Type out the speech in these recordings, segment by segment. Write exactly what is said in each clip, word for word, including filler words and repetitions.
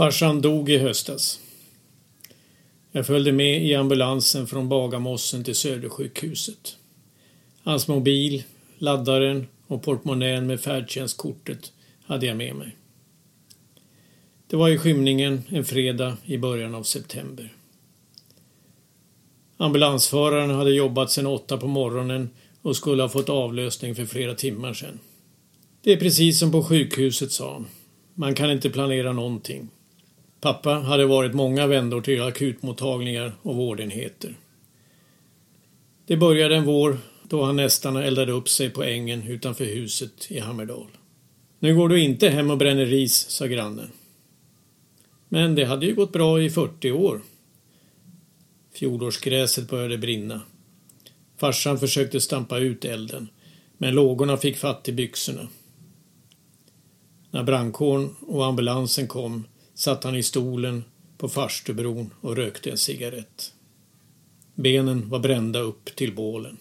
Farsan dog i höstas. Jag följde med i ambulansen från Bagarmossen till Södersjukhuset. Hans mobil, laddaren och portmonnän med färdtjänstkortet hade jag med mig. Det var i skymningen en fredag i början av september. Ambulansföraren hade jobbat sedan åtta på morgonen och skulle ha fått avlösning för flera timmar sedan. Det är precis som på sjukhuset, sa han. Man kan inte planera någonting. Pappa hade varit många vändor till akutmottagningar och vårdenheter. Det började en vår då han nästan eldade upp sig på ängen utanför huset i Hammerdal. Nu går du inte hem och bränner ris, sa grannen. Men det hade ju gått bra i fyrtio år. Fjolårsgräset började brinna. Farsan försökte stampa ut elden, men lågorna fick fatt i byxorna. När brandkåren och ambulansen kom satt han i stolen på Farstubron och rökte en cigarett. Benen var brända upp till bålen.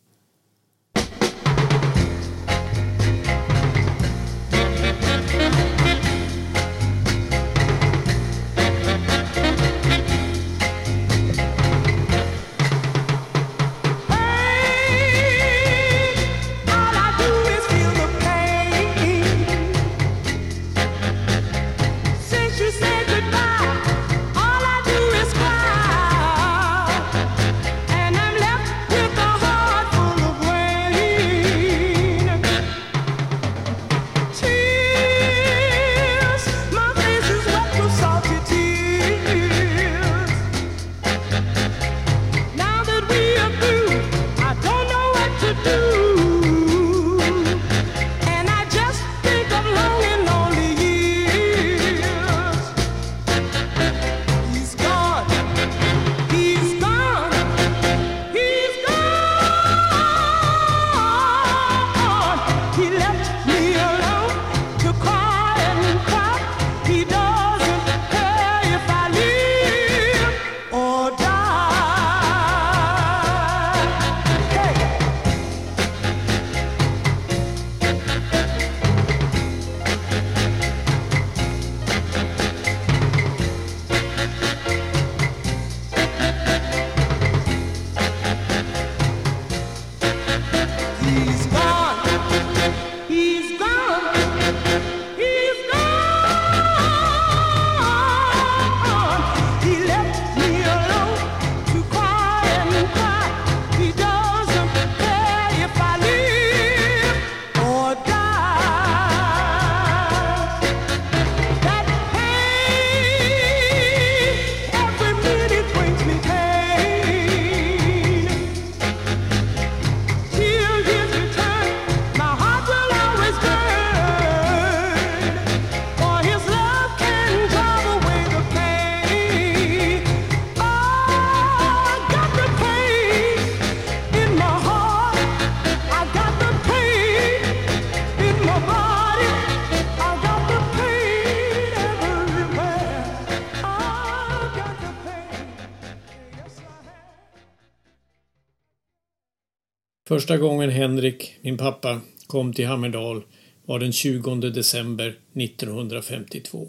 Första gången Henrik, min pappa, kom till Hammerdal var den tjugonde december nittonhundrafemtiotvå.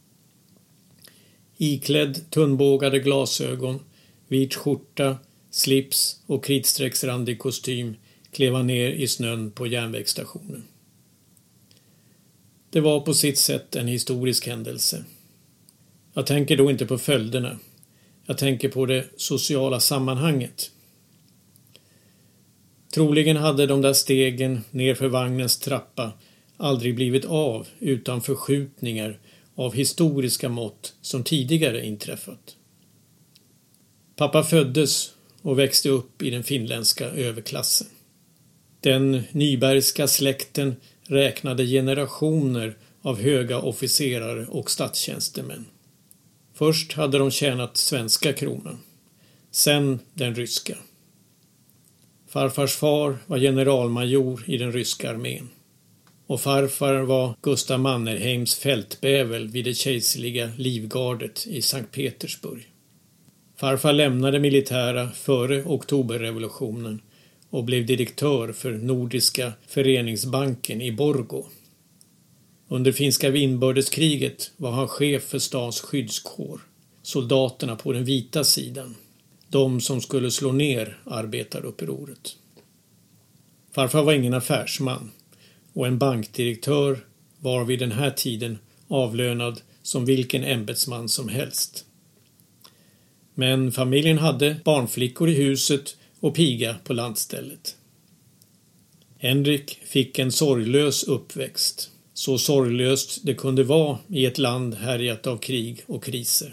Iklädd tunnbågade glasögon, vit skjorta, slips och kritstrecksrandig kostym klev han ner i snön på järnvägsstationen. Det var på sitt sätt en historisk händelse. Jag tänker då inte på följderna. Jag tänker på det sociala sammanhanget. Troligen hade de där stegen nerför vagnens trappa aldrig blivit av utan förskjutningar av historiska mått som tidigare inträffat. Pappa föddes och växte upp i den finländska överklassen. Den nybergska släkten räknade generationer av höga officerare och statstjänstemän. Först hade de tjänat svenska kronan, sen den ryska. Farfars far var generalmajor i den ryska armén och farfar var Gustav Mannerheims fältbävel vid det kejserliga livgardet i Sankt Petersburg. Farfar lämnade militära före oktoberrevolutionen och blev direktör för Nordiska föreningsbanken i Borgå. Under finska inbördeskriget var han chef för stans skyddskår, soldaterna på den vita sidan, de som skulle slå ner arbetarupproret. Farfar var ingen affärsman och en bankdirektör var vid den här tiden avlönad som vilken ämbetsman som helst. Men familjen hade barnflickor i huset och piga på landstället. Henrik fick en sorglös uppväxt, så sorglöst det kunde vara i ett land härjat av krig och kriser.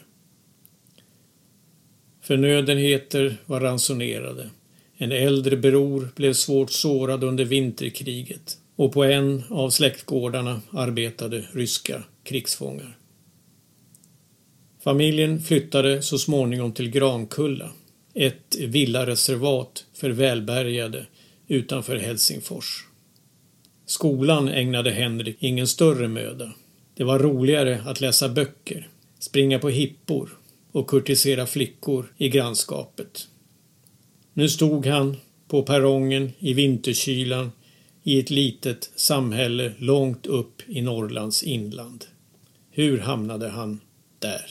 Förnödenheter var ransonerade. En äldre bror blev svårt sårad under vinterkriget och på en av släktgårdarna arbetade ryska krigsfångar. Familjen flyttade så småningom till Grankulla, ett villareservat för välbärgade utanför Helsingfors. Skolan ägnade Henrik ingen större möda. Det var roligare att läsa böcker, springa på hippor och kurtisera flickor i grannskapet. Nu stod han på perrongen i vinterkylan i ett litet samhälle långt upp i Norrlands inland. Hur hamnade han där?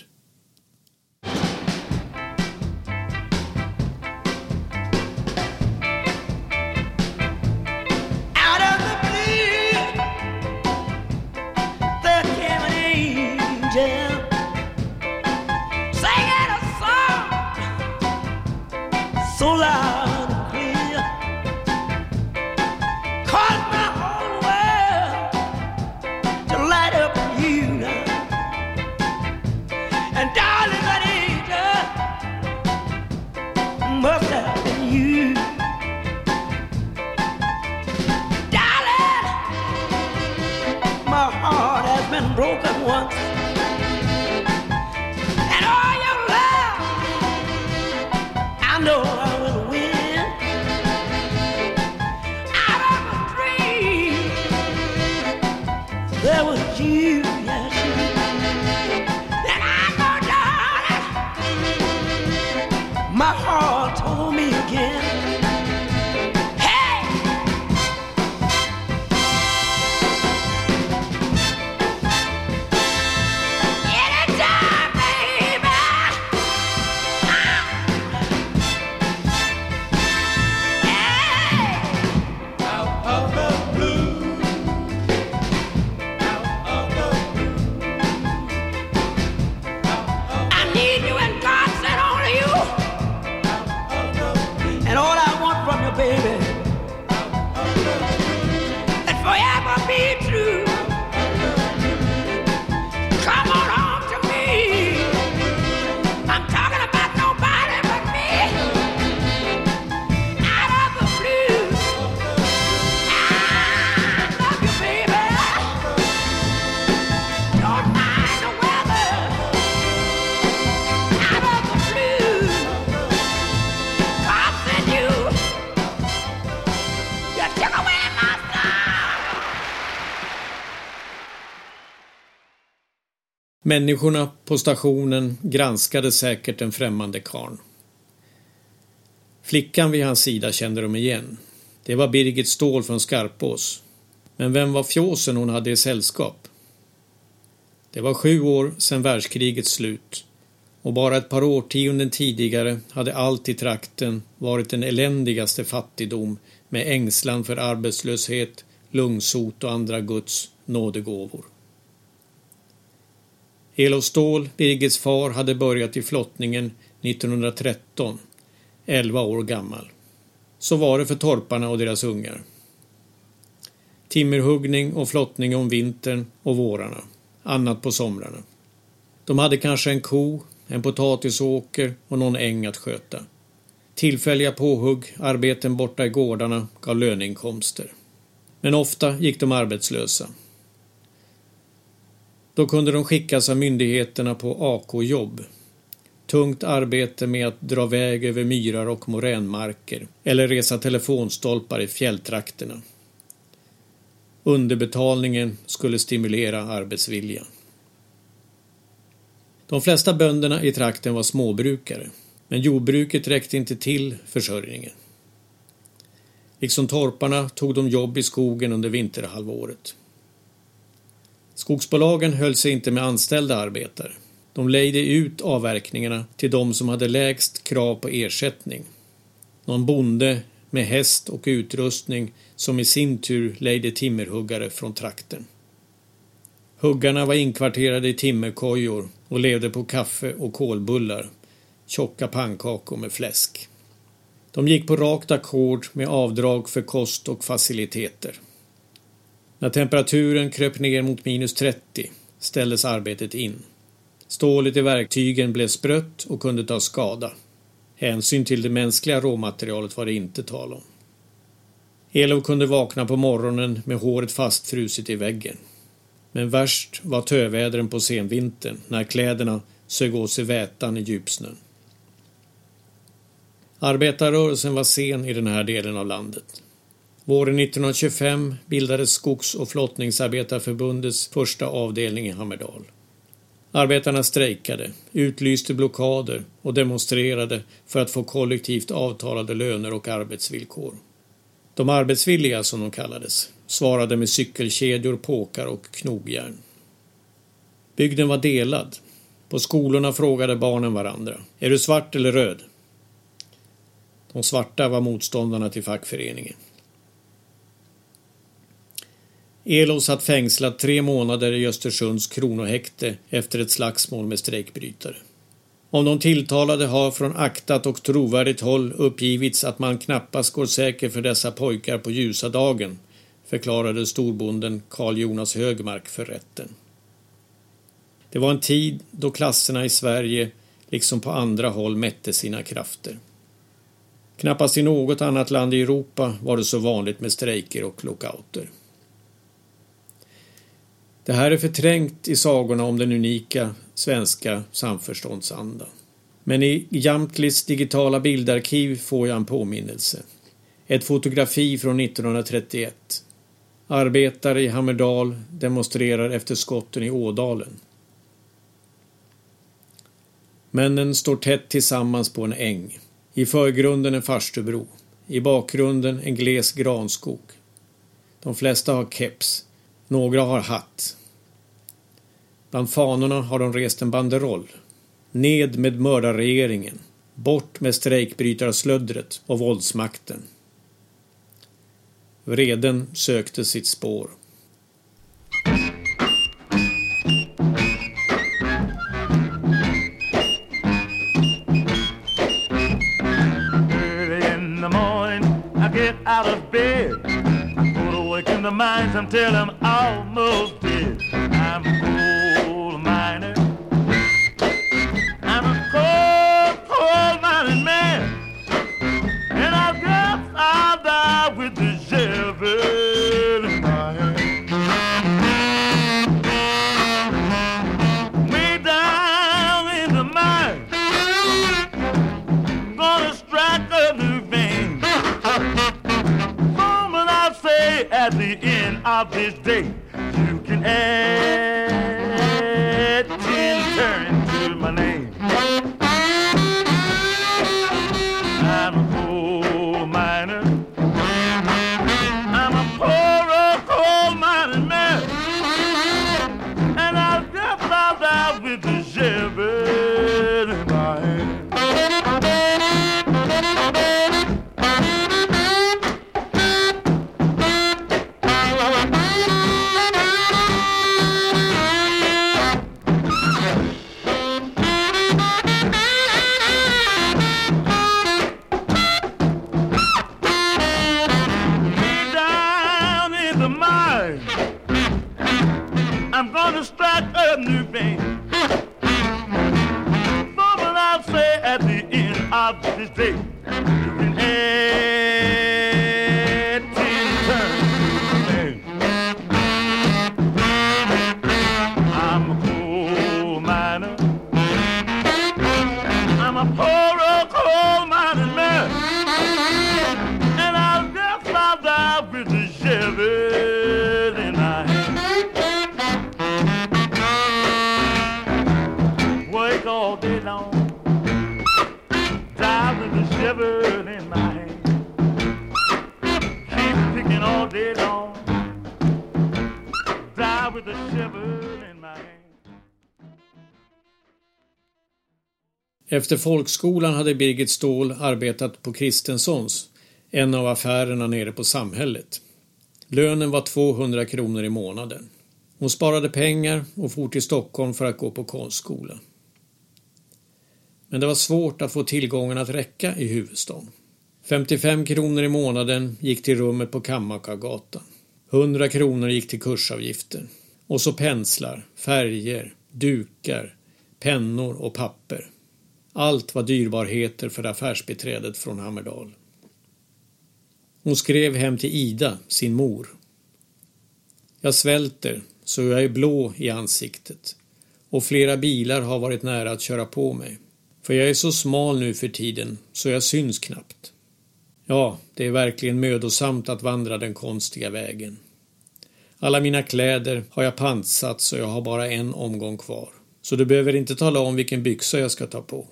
Människorna på stationen granskade säkert den främmande karln. Flickan vid hans sida kände de igen. Det var Birgit Ståhl från Skarpås. Men vem var fjåsen hon hade i sällskap? Det var sju år sedan världskrigets slut. Och bara ett par årtionden tidigare hade allt i trakten varit den eländigaste fattigdom med ängslan för arbetslöshet, lungsot och andra Guds nådegåvor. Elof Ståhl, Birgits far, hade börjat i flottningen nittonhundratretton, elva år gammal. Så var det för torparna och deras ungar. Timmerhuggning och flottning om vintern och vårarna, annat på somrarna. De hade kanske en ko, en potatisåker och någon äng att sköta. Tillfälliga påhugg, arbeten borta i gårdarna gav löneinkomster. Men ofta gick de arbetslösa. Då kunde de skickas av myndigheterna på A K-jobb. Tungt arbete med att dra väg över myrar och moränmarker eller resa telefonstolpar i fjälltrakterna. Underbetalningen skulle stimulera arbetsvilja. De flesta bönderna i trakten var småbrukare, men jordbruket räckte inte till försörjningen. Liksom torparna tog de jobb i skogen under vinterhalvåret. Skogsbolagen höll sig inte med anställda arbetare. De lejde ut avverkningarna till de som hade lägst krav på ersättning. Någon bonde med häst och utrustning som i sin tur lejde timmerhuggare från trakten. Huggarna var inkvarterade i timmerkojor och levde på kaffe och kolbullar, tjocka pannkakor med fläsk. De gick på rakt ackord med avdrag för kost och faciliteter. När temperaturen kröp ner mot minus trettio ställdes arbetet in. Stålet i verktygen blev sprött och kunde ta skada. Hänsyn till det mänskliga råmaterialet var det inte tal om. Elof kunde vakna på morgonen med håret fastfrusit i väggen. Men värst var tövädren på senvintern när kläderna sög åt sig vätan i djupsnön. Arbetarrörelsen var sen i den här delen av landet. Våren nittonhundratjugofem bildades Skogs- och flottningsarbetarförbundets första avdelning i Hammerdal. Arbetarna strejkade, utlyste blockader och demonstrerade för att få kollektivt avtalade löner och arbetsvillkor. De arbetsvilliga, som de kallades, svarade med cykelkedjor, påkar och knogjärn. Bygden var delad. På skolorna frågade barnen varandra: är du svart eller röd? De svarta var motståndarna till fackföreningen. Elof satt fängslad tre månader i Östersunds kronohäkte efter ett slagsmål med strejkbrytare. Om de tilltalade har från aktat och trovärdigt håll uppgivits att man knappast går säker för dessa pojkar på ljusa dagen, förklarade storbonden Karl Jonas Högmark för rätten. Det var en tid då klasserna i Sverige, liksom på andra håll, mätte sina krafter. Knappast i något annat land i Europa var det så vanligt med strejker och lockouter. Det här är förträngt i sagorna om den unika svenska samförståndsandan. Men i Jamtlis digitala bildarkiv får jag en påminnelse. Ett fotografi från nittonhundratrettioett. Arbetare i Hammerdal demonstrerar efter skotten i Ådalen. Männen står tätt tillsammans på en äng. I förgrunden en farstubro. I bakgrunden en gles granskog. De flesta har keps. Några har hatt. Bland fanorna har de rest en banderoll. Ned med mördarregeringen. Bort med strejkbrytarslöddret och våldsmakten. Vreden sökte sitt spår. Early in the morning I get out of bed. In the mines until I'm almost dead. I'm a coal miner. I'm a coal, coal mining man. And I guess I'll die with the shovel in my hand. Way down in the mine, gonna strike a new vein. At the end of this day, you can add ten turns to my name. I'm a coal miner. I'm a poor old coal mining man. And I guess I'll die with the shovel in my hand. I'm gonna strike a new vein. But what I'll say at the end of this day, you can add ten turns to my name. I'm a coal miner. I'm a poor old coal mining man. And I'll guess I'll die with the shovel in my hand. All day long, die with the shiver in my Efter folkskolan hade Birgit Ståhl arbetat på Kristenssons, en av affärerna nere på Samhället. Lönen var tvåhundra kronor i månaden. Hon sparade pengar och for till Stockholm för att gå på konstskola. Men det var svårt att få tillgången att räcka i huvudstaden. femtiofem kronor i månaden gick till rummet på Kammakargatan. hundra kronor gick till kursavgifter. Och så penslar, färger, dukar, pennor och papper. Allt var dyrbarheter för affärsbiträdet från Hammerdal. Hon skrev hem till Ida, sin mor. Jag svälter så jag är blå i ansiktet och flera bilar har varit nära att köra på mig. För jag är så smal nu för tiden så jag syns knappt. Ja, det är verkligen mödosamt att vandra den konstiga vägen. Alla mina kläder har jag pantsatt så jag har bara en omgång kvar. Så du behöver inte tala om vilken byxa jag ska ta på.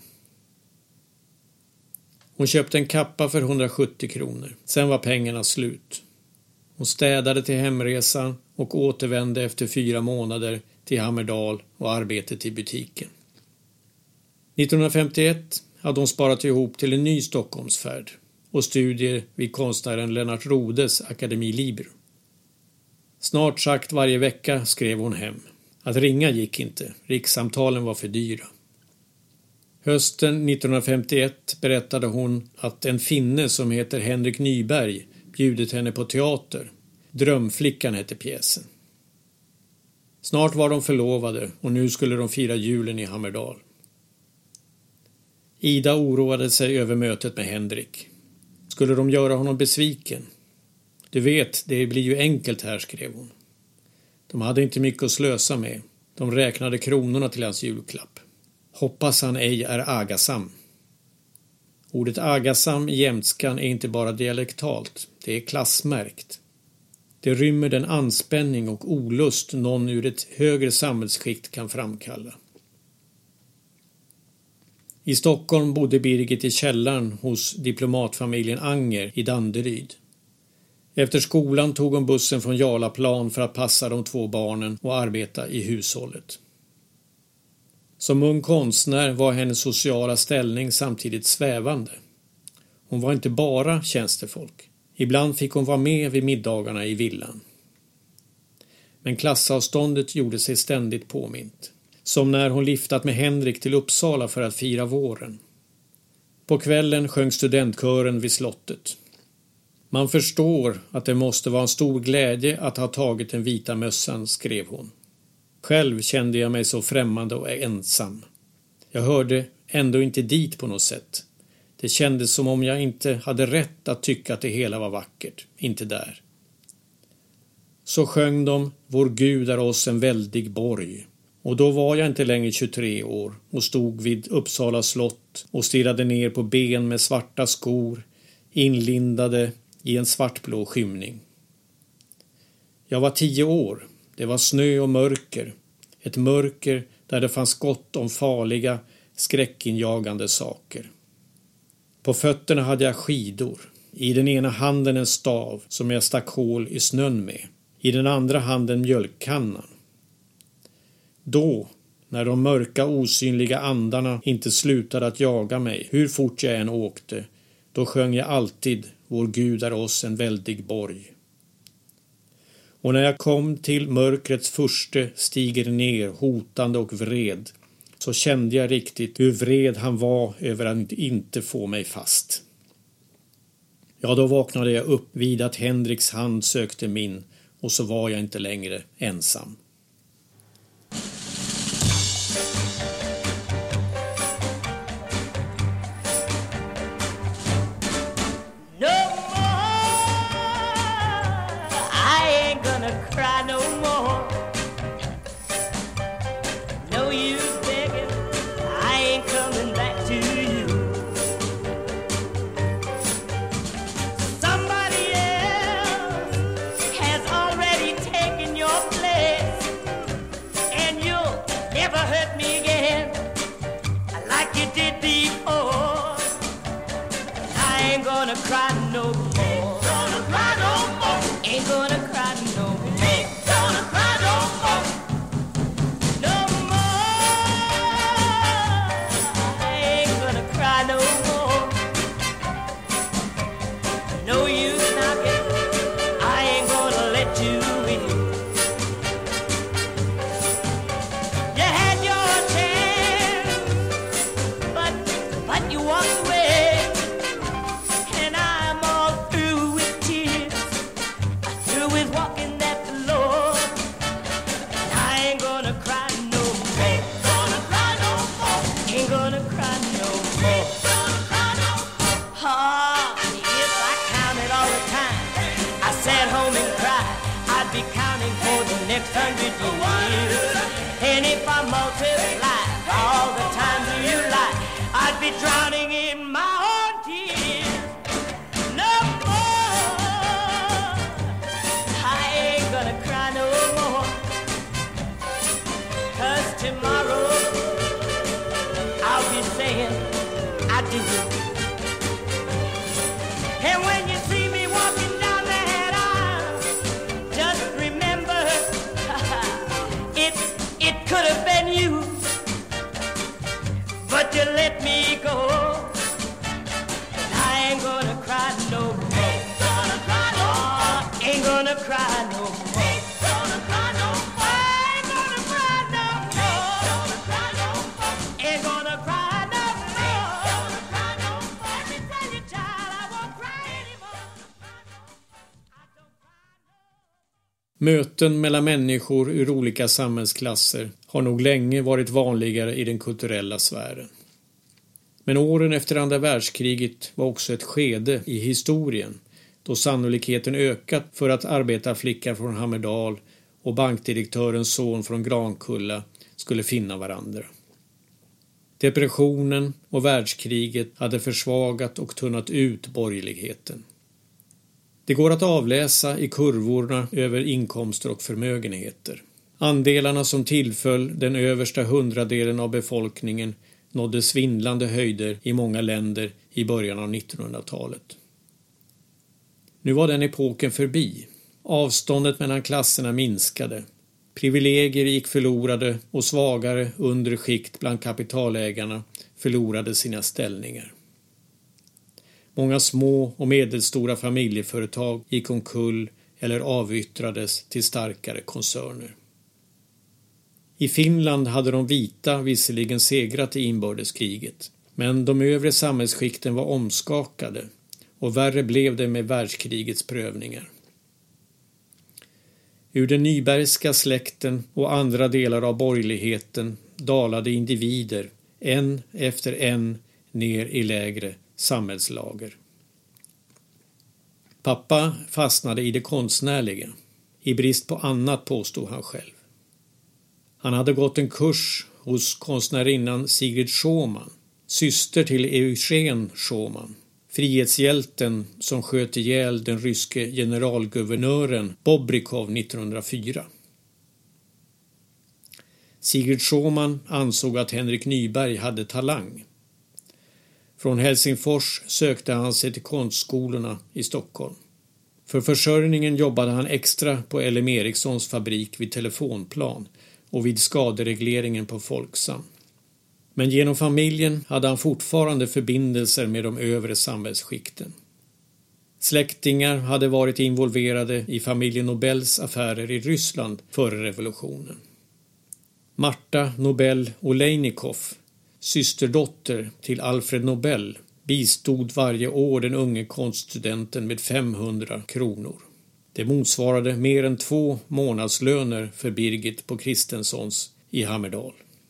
Hon köpte en kappa för hundrasjuttio kronor. Sen var pengarna slut. Hon städade till hemresan och återvände efter fyra månader till Hammerdal och arbetet i butiken. nittonhundrafemtioett hade hon sparat ihop till en ny Stockholmsfärd och studier vid konstnären Lennart Rodes Akademi Liber. Snart sagt varje vecka skrev hon hem. Att ringa gick inte, rikssamtalen var för dyra. Hösten nittonhundrafemtioett berättade hon att en finne som heter Henrik Nyberg bjudit henne på teater. Drömflickan hette pjäsen. Snart var de förlovade och nu skulle de fira julen i Hammerdal. Ida oroade sig över mötet med Henrik. Skulle de göra honom besviken? Du vet, det blir ju enkelt här, skrev hon. De hade inte mycket att slösa med. De räknade kronorna till hans julklapp. Hoppas han ej är agasam. Ordet agasam i jämtskan är inte bara dialektalt, det är klassmärkt. Det rymmer den anspänning och olust någon ur ett högre samhällsskikt kan framkalla. I Stockholm bodde Birgit i källaren hos diplomatfamiljen Anger i Danderyd. Efter skolan tog hon bussen från Jarlaplan för att passa de två barnen och arbeta i hushållet. Som ung konstnär var hennes sociala ställning samtidigt svävande. Hon var inte bara tjänstefolk. Ibland fick hon vara med vid middagarna i villan. Men klassavståndet gjorde sig ständigt påmint. Som när hon liftat med Henrik till Uppsala för att fira våren. På kvällen sjöng studentkören vid slottet. Man förstår att det måste vara en stor glädje att ha tagit den vita mössan, skrev hon. Själv kände jag mig så främmande och ensam. Jag hörde ändå inte dit på något sätt. Det kändes som om jag inte hade rätt att tycka att det hela var vackert. Inte där. Så sjöng de Vår Gud är oss en väldig borg. Och då var jag inte längre tjugotre år och stod vid Uppsala slott och stirrade ner på ben med svarta skor inlindade i en svartblå skymning. Jag var tio år. Det var snö och mörker. Ett mörker där det fanns gott om farliga, skräckinjagande saker. På fötterna hade jag skidor. I den ena handen en stav som jag stack hål i snön med. I den andra handen mjölkkannan. Då, när de mörka osynliga andarna inte slutade att jaga mig, hur fort jag än åkte, då sjöng jag alltid Vår Gud är oss en väldig borg. Och när jag kom till mörkrets förste stiger ner hotande och vred, så kände jag riktigt hur vred han var över att inte få mig fast. Ja, då vaknade jag upp vid att Henriks hand sökte min och så var jag inte längre ensam. I ain't six hundred years. And if I multiply all the times you lie, I'd be drowning in my own tears. No more, I ain't gonna cry no more. 'Cause tomorrow I'll be saying I do. And when you see me walking down that aisle, just remember it it could have been you, but you let me go. I ain't gonna cry no more. Ain't gonna cry no more. Ain't gonna cry no more. Ain't gonna cry no more. Ain't gonna cry no more. Ain't gonna cry no more. Ain't gonna cry no more. Let me tell you, child, I won't cry anymore. Möten mellan människor ur olika samhällsklasser har nog länge varit vanligare i den kulturella sfären. Men åren efter andra världskriget var också ett skede i historien då sannolikheten ökat för att arbetarflickan från Hammerdal och bankdirektörens son från Grankulla skulle finna varandra. Depressionen och världskriget hade försvagat och tunnat ut borgerligheten. Det går att avläsa i kurvorna över inkomster och förmögenheter. Andelarna som tillföll den översta hundradelen av befolkningen nådde svindlande höjder i många länder i början av nittonhundratalet. Nu var den epoken förbi. Avståndet mellan klasserna minskade. Privilegier gick förlorade och svagare under skikt bland kapitalägarna förlorade sina ställningar. Många små och medelstora familjeföretag gick omkull eller avyttrades till starkare koncerner. I Finland hade de vita visserligen segrat i inbördeskriget, men de övre samhällsskikten var omskakade och värre blev det med världskrigets prövningar. Ur den nybergska släkten och andra delar av borgerligheten dalade individer en efter en ner i lägre samhällslager. Pappa fastnade i det konstnärliga, i brist på annat påstod han själv. Han hade gått en kurs hos konstnärinnan Sigrid Schumann, syster till Eugen Schumann, frihetshjälten som sköt ihjäl den ryske generalguvernören Bobrikov nittonhundrafyra. Sigrid Schumann ansåg att Henrik Nyberg hade talang. Från Helsingfors sökte han sig till konstskolorna i Stockholm. För försörjningen jobbade han extra på L M Ericssons fabrik vid Telefonplan och vid skaderegleringen på Folksam. Men genom familjen hade han fortfarande förbindelser med de övre samhällsskikten. Släktingar hade varit involverade i familjen Nobels affärer i Ryssland före revolutionen. Marta Nobel Olejnikov, systerdotter till Alfred Nobel, bistod varje år den unge konststudenten med femhundra kronor. Det motsvarade mer än två månadslöner för Birgit på Kristensons i Hammerdal.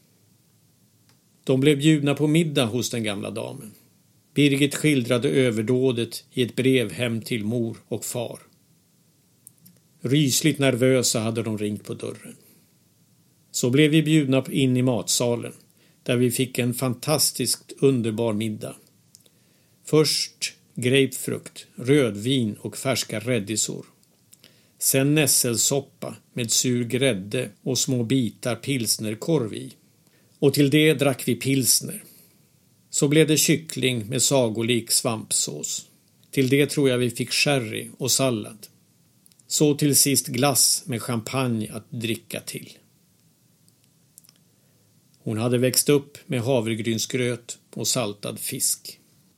De blev bjudna på middag hos den gamla damen. Birgit skildrade överdådet i ett brev hem till mor och far. Rysligt nervösa hade de ringt på dörren. Så blev vi bjudna in i matsalen, där vi fick en fantastiskt underbar middag. Först grapefrukt, rödvin och färska räddisor. Sen nässelsoppa med sur grädde och små bitar pilsnerkorv i. Och till det drack vi pilsner. Så blev det kyckling med sagolik svampsås. Till det tror jag vi fick sherry och sallad. Så till sist glass med champagne att dricka till. Hon hade växt upp med havregrynsgröt och saltad fisk.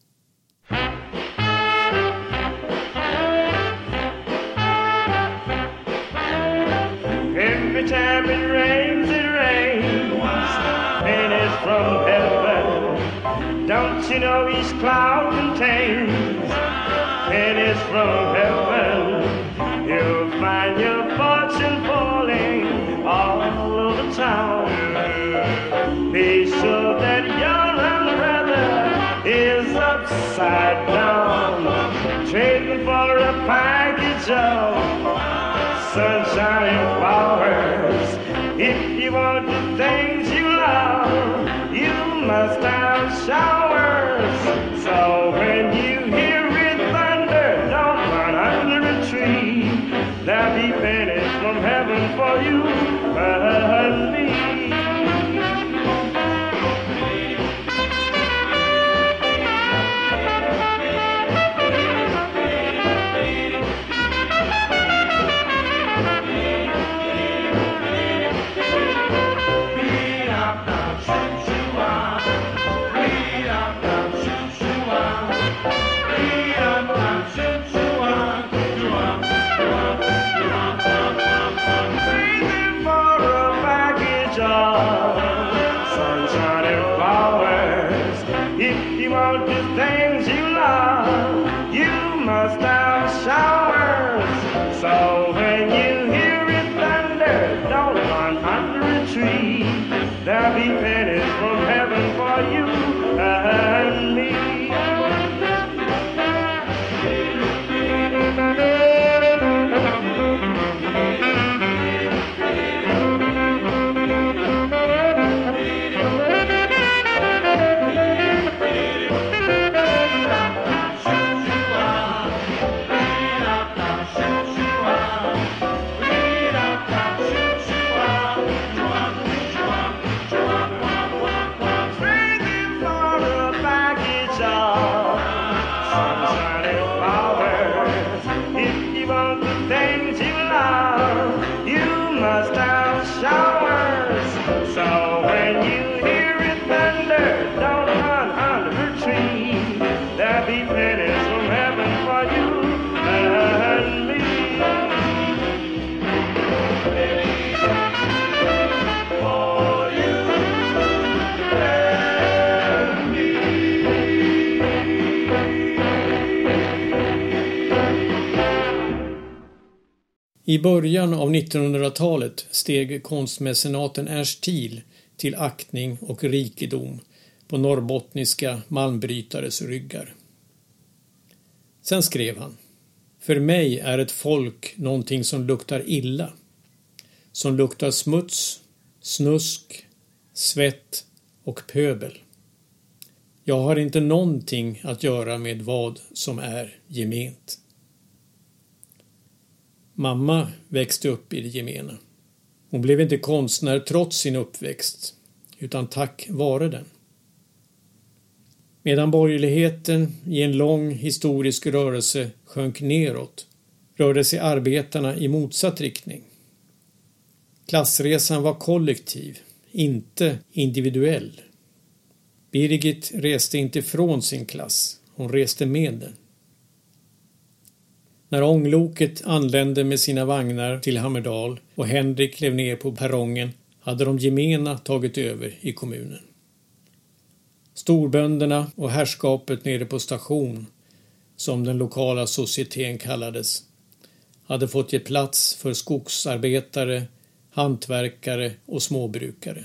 Every time it rains, it rains, and it's from heaven. Don't you know each cloud contains, and it's from heaven. You'll find your fortune falling all over town. Be sure that your umbrella is upside down, trading for a package of sunshine and flowers. you want the things you love, you must have showers. So when you hear it thunder, don't run under a tree. There'll be pennies from heaven for you and me. There'll be pennies from heaven for you and me. I början av nittonhundratalet steg konstmecenaten Ernst Thiel till aktning och rikedom på norrbottniska malmbrytares ryggar. Sen skrev han: "För mig är ett folk någonting som luktar illa, som luktar smuts, snusk, svett och pöbel. Jag har inte någonting att göra med vad som är gement." Mamma växte upp i det gemena. Hon blev inte konstnär trots sin uppväxt, utan tack vare den. Medan borgerligheten i en lång historisk rörelse sjönk neråt, rörde sig arbetarna i motsatt riktning. Klassresan var kollektiv, inte individuell. Birgit reste inte från sin klass, hon reste med den. När ångloket anlände med sina vagnar till Hammerdal och Henrik klev ner på perrongen hade de gemena tagit över i kommunen. Storbönderna och härskapet nere på station, som den lokala societeten kallades, hade fått ge plats för skogsarbetare, hantverkare och småbrukare.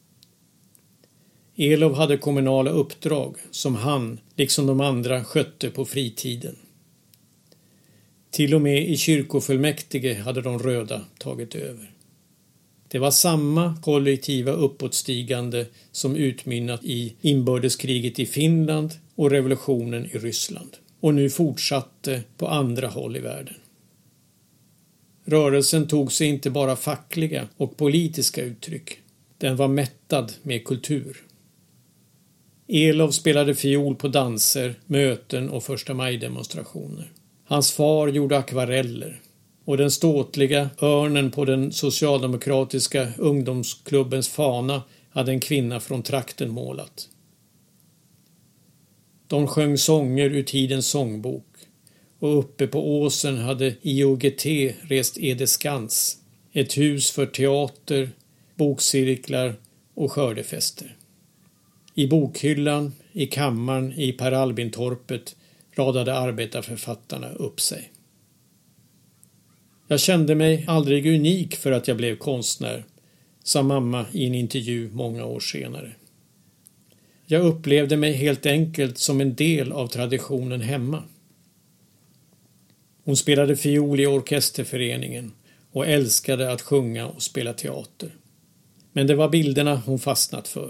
Elof hade kommunala uppdrag som han, liksom de andra, skötte på fritiden. Till och med i kyrkofullmäktige hade de röda tagit över. Det var samma kollektiva uppåtstigande som utmynnat i inbördeskriget i Finland och revolutionen i Ryssland. Och nu fortsatte på andra håll i världen. Rörelsen tog sig inte bara fackliga och politiska uttryck. Den var mättad med kultur. Elof spelade fiol på danser, möten och första maj-demonstrationer. Hans far gjorde akvareller och den ståtliga örnen på den socialdemokratiska ungdomsklubbens fana hade en kvinna från trakten målat. De sjöng sånger ur tidens sångbok och uppe på åsen hade I O G T rest Edeskans, ett hus för teater, bokcirklar och skördefester. I bokhyllan, i kammaren i Per Albin-torpet radade arbetarförfattarna upp sig. Jag kände mig aldrig unik för att jag blev konstnär, sa mamma i en intervju många år senare. Jag upplevde mig helt enkelt som en del av traditionen hemma. Hon spelade fiol i orkesterföreningen och älskade att sjunga och spela teater. Men det var bilderna hon fastnat för.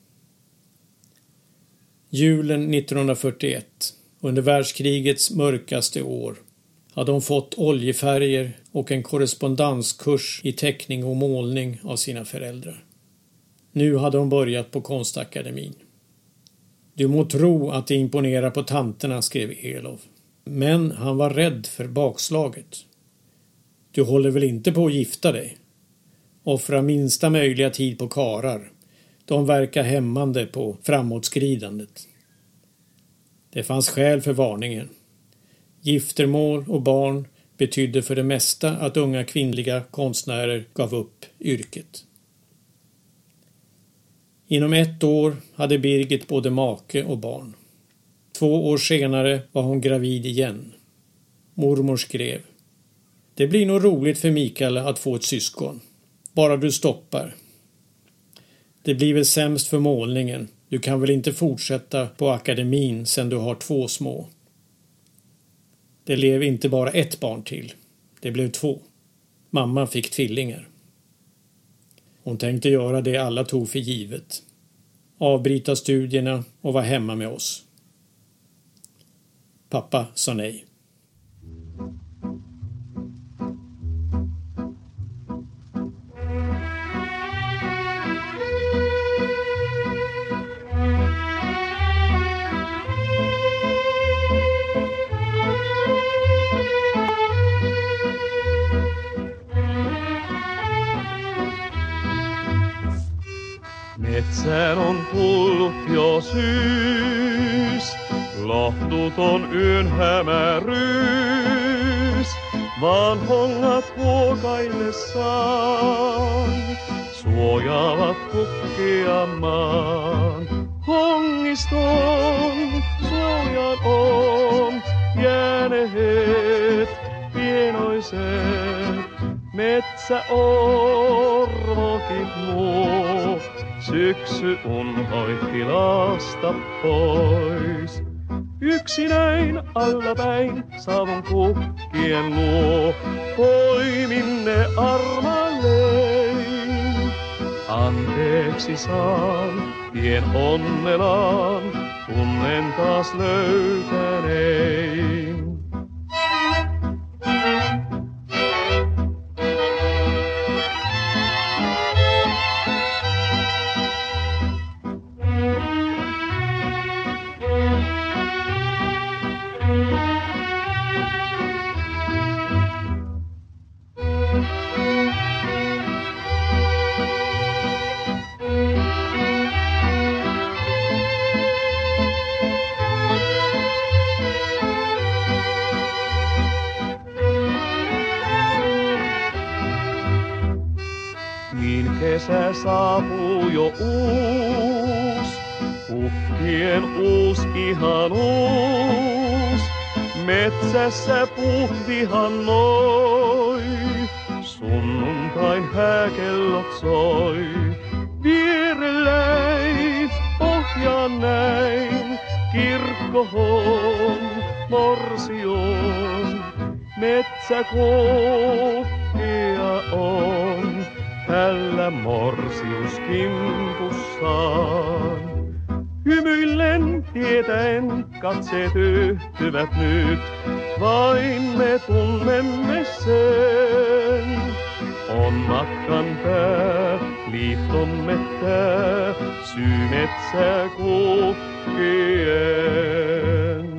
Julen nittonhundrafyrtioett, under världskrigets mörkaste år, hade hon fått oljefärger och en korrespondenskurs i teckning och målning av sina föräldrar. Nu hade hon börjat på konstakademin. Du må tro att det imponerar på tanterna, skrev Elof. Men han var rädd för bakslaget. Du håller väl inte på att gifta dig? Offra minsta möjliga tid på karar. De verkar hämmande på framåtskridandet. Det fanns skäl för varningen. Giftermål och barn betydde för det mesta att unga kvinnliga konstnärer gav upp yrket. Inom ett år hade Birgit både make och barn. Två år senare var hon gravid igen. Mormor skrev: Det blir nog roligt för Mikael att få ett syskon. Bara du stoppar. Det blir väl sämst för målningen. Du kan väl inte fortsätta på akademin sen du har två små. Det blev inte bara ett barn till. Det blev två. Mamma fick tvillingar. Hon tänkte göra det alla tog för givet. Avbryta studierna och vara hemma med oss. Pappa sa nej. Metsään on tullut jo syys, lohduton yön hämärys, vaan hongat huokaillessaan suojaavat kukkiamaan. Hongiston suojan on jääneet pienoiset, metsäorvokin muu. Syksy unhoitti lasta pois. Yksinäin allapäin savun kukkien luo, poimin ne armalleen. Anteeksi saan, tien onnelaan, tunnen taas löytänein. Kesä saapuu jo uus, kukkien uus ihanuus. Metsässä puut vihannoi, sunnuntain hääkellot soi. Vierelläin ohjaan näin kirkkoon morsion. Metsäkukkia on. Tällä morsius kimpussaan. Hymyillen tietäen katseet yhtyvät nyt, vain me tunnemme sen. On matkan pää, liittomme tää, syy metsäkukkien.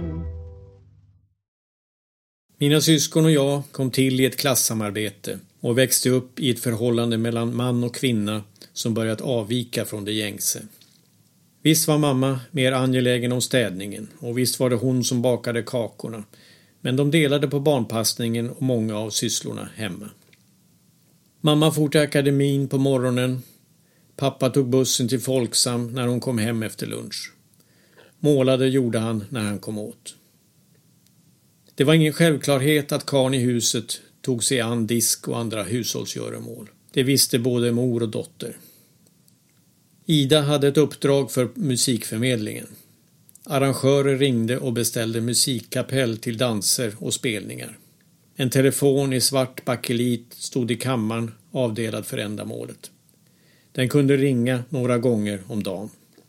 Mina syskon och jag kom till i ett klassamarbete och växte upp i ett förhållande mellan man och kvinna som börjat avvika från det gängse. Visst var mamma mer angelägen om städningen och visst var det hon som bakade kakorna, men de delade på barnpassningen och många av sysslorna hemma. Mamma for till akademin på morgonen. Pappa tog bussen till Folksam när hon kom hem efter lunch. Målade gjorde han när han kom åt. Det var ingen självklarhet att karln i huset tog sig an disk och andra hushållsgöromål. Det visste både mor och dotter. Ida hade ett uppdrag för musikförmedlingen. Arrangörer ringde och beställde musikkapell till danser och spelningar. En telefon i svart bakelit stod i kammaren avdelad för ändamålet. Den kunde ringa några gånger om dagen.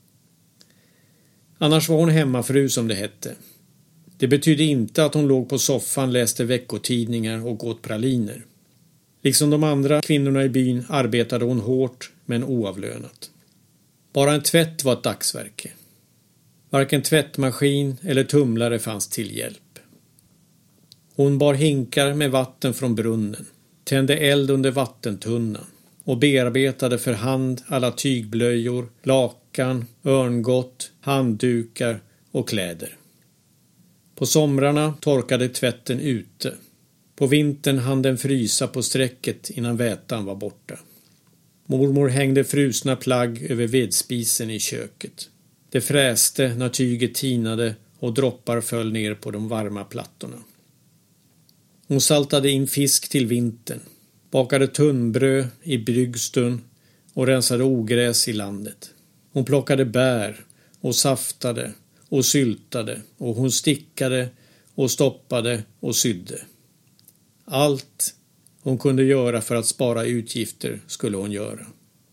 Annars var hon hemmafru som det hette. Det betydde inte att hon låg på soffan, läste veckotidningar och åt praliner. Liksom de andra kvinnorna i byn arbetade hon hårt men oavlönat. Bara en tvätt var ett dagsverke. Varken tvättmaskin eller tumlare fanns till hjälp. Hon bar hinkar med vatten från brunnen, tände eld under vattentunnan och bearbetade för hand alla tygblöjor, lakan, örngott, handdukar och kläder. På somrarna torkade tvätten ute. På vintern hann den frysa på sträcket innan vätan var borta. Mormor hängde frusna plagg över vedspisen i köket. Det fräste när tyget tinade och droppar föll ner på de varma plattorna. Hon saltade in fisk till vintern, bakade tunnbröd i bryggstun och rensade ogräs i landet. Hon plockade bär och saftade och syltade och hon stickade och stoppade och sydde. Allt hon kunde göra för att spara utgifter skulle hon göra.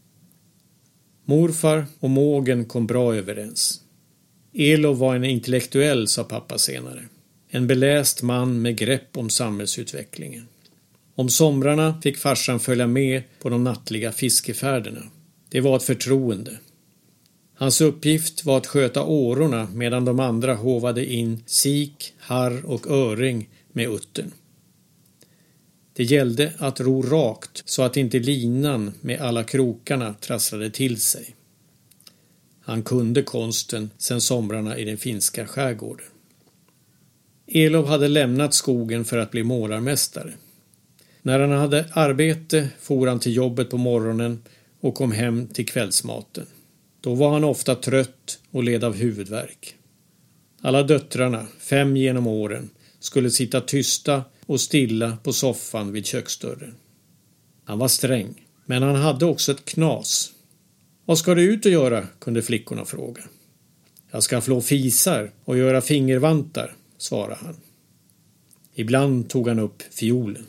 Morfar och mågen kom bra överens. Elof var en intellektuell, sa pappa senare. En beläst man med grepp om samhällsutvecklingen. Om somrarna fick farsan följa med på de nattliga fiskefärderna. Det var ett förtroende. Hans uppgift var att sköta årorna medan de andra hovade in sik, harr och öring med utten. Det gällde att ro rakt så att inte linan med alla krokarna trasslade till sig. Han kunde konsten sedan somrarna i den finska skärgården. Elof hade lämnat skogen för att bli målarmästare. När han hade arbete for han till jobbet på morgonen och kom hem till kvällsmaten. Då var han ofta trött och led av huvudvärk. Alla döttrarna, fem genom åren, skulle sitta tysta och stilla på soffan vid köksdörren. Han var sträng, men han hade också ett knas. Vad ska du ut och göra, kunde flickorna fråga. Jag ska flå fisar och göra fingervantar, svarade han. Ibland tog han upp fiolen.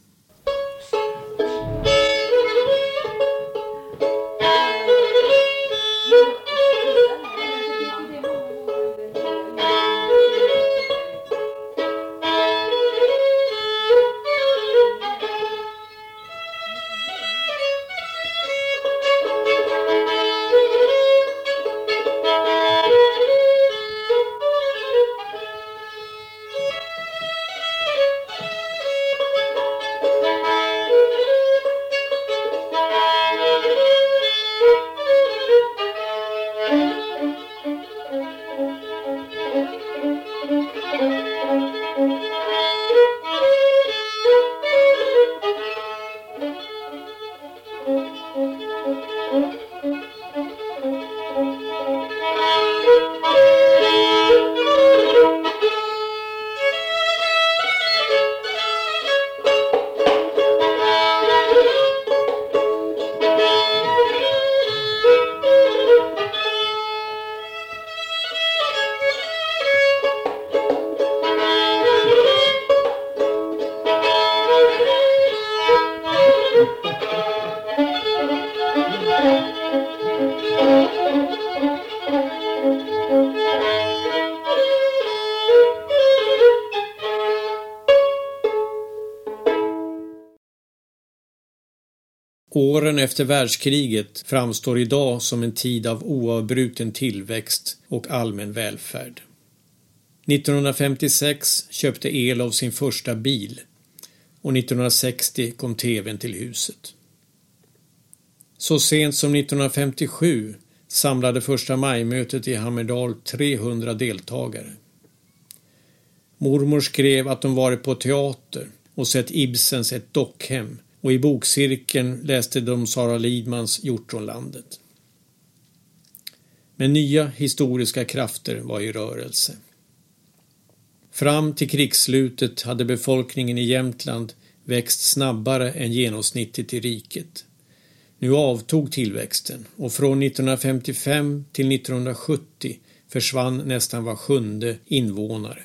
Åren efter världskriget framstår idag som en tid av oavbruten tillväxt och allmän välfärd. nittonhundrafemtiosex köpte Elof sin första bil och nittonhundrasextio kom tvn till huset. Så sent som nittonhundrafemtiosju samlade första majmötet i Hammerdal trehundra deltagare. Mormor skrev att de varit på teater och sett Ibsens Ett dockhem och i bokcirkeln läste de Sara Lidmans Hjortronlandet. Men nya historiska krafter var i rörelse. Fram till krigsslutet hade befolkningen i Jämtland växt snabbare än genomsnittet i riket. Nu avtog tillväxten och från nittonhundrafemtiofem till nittonhundrasjuttio försvann nästan var sjunde invånare.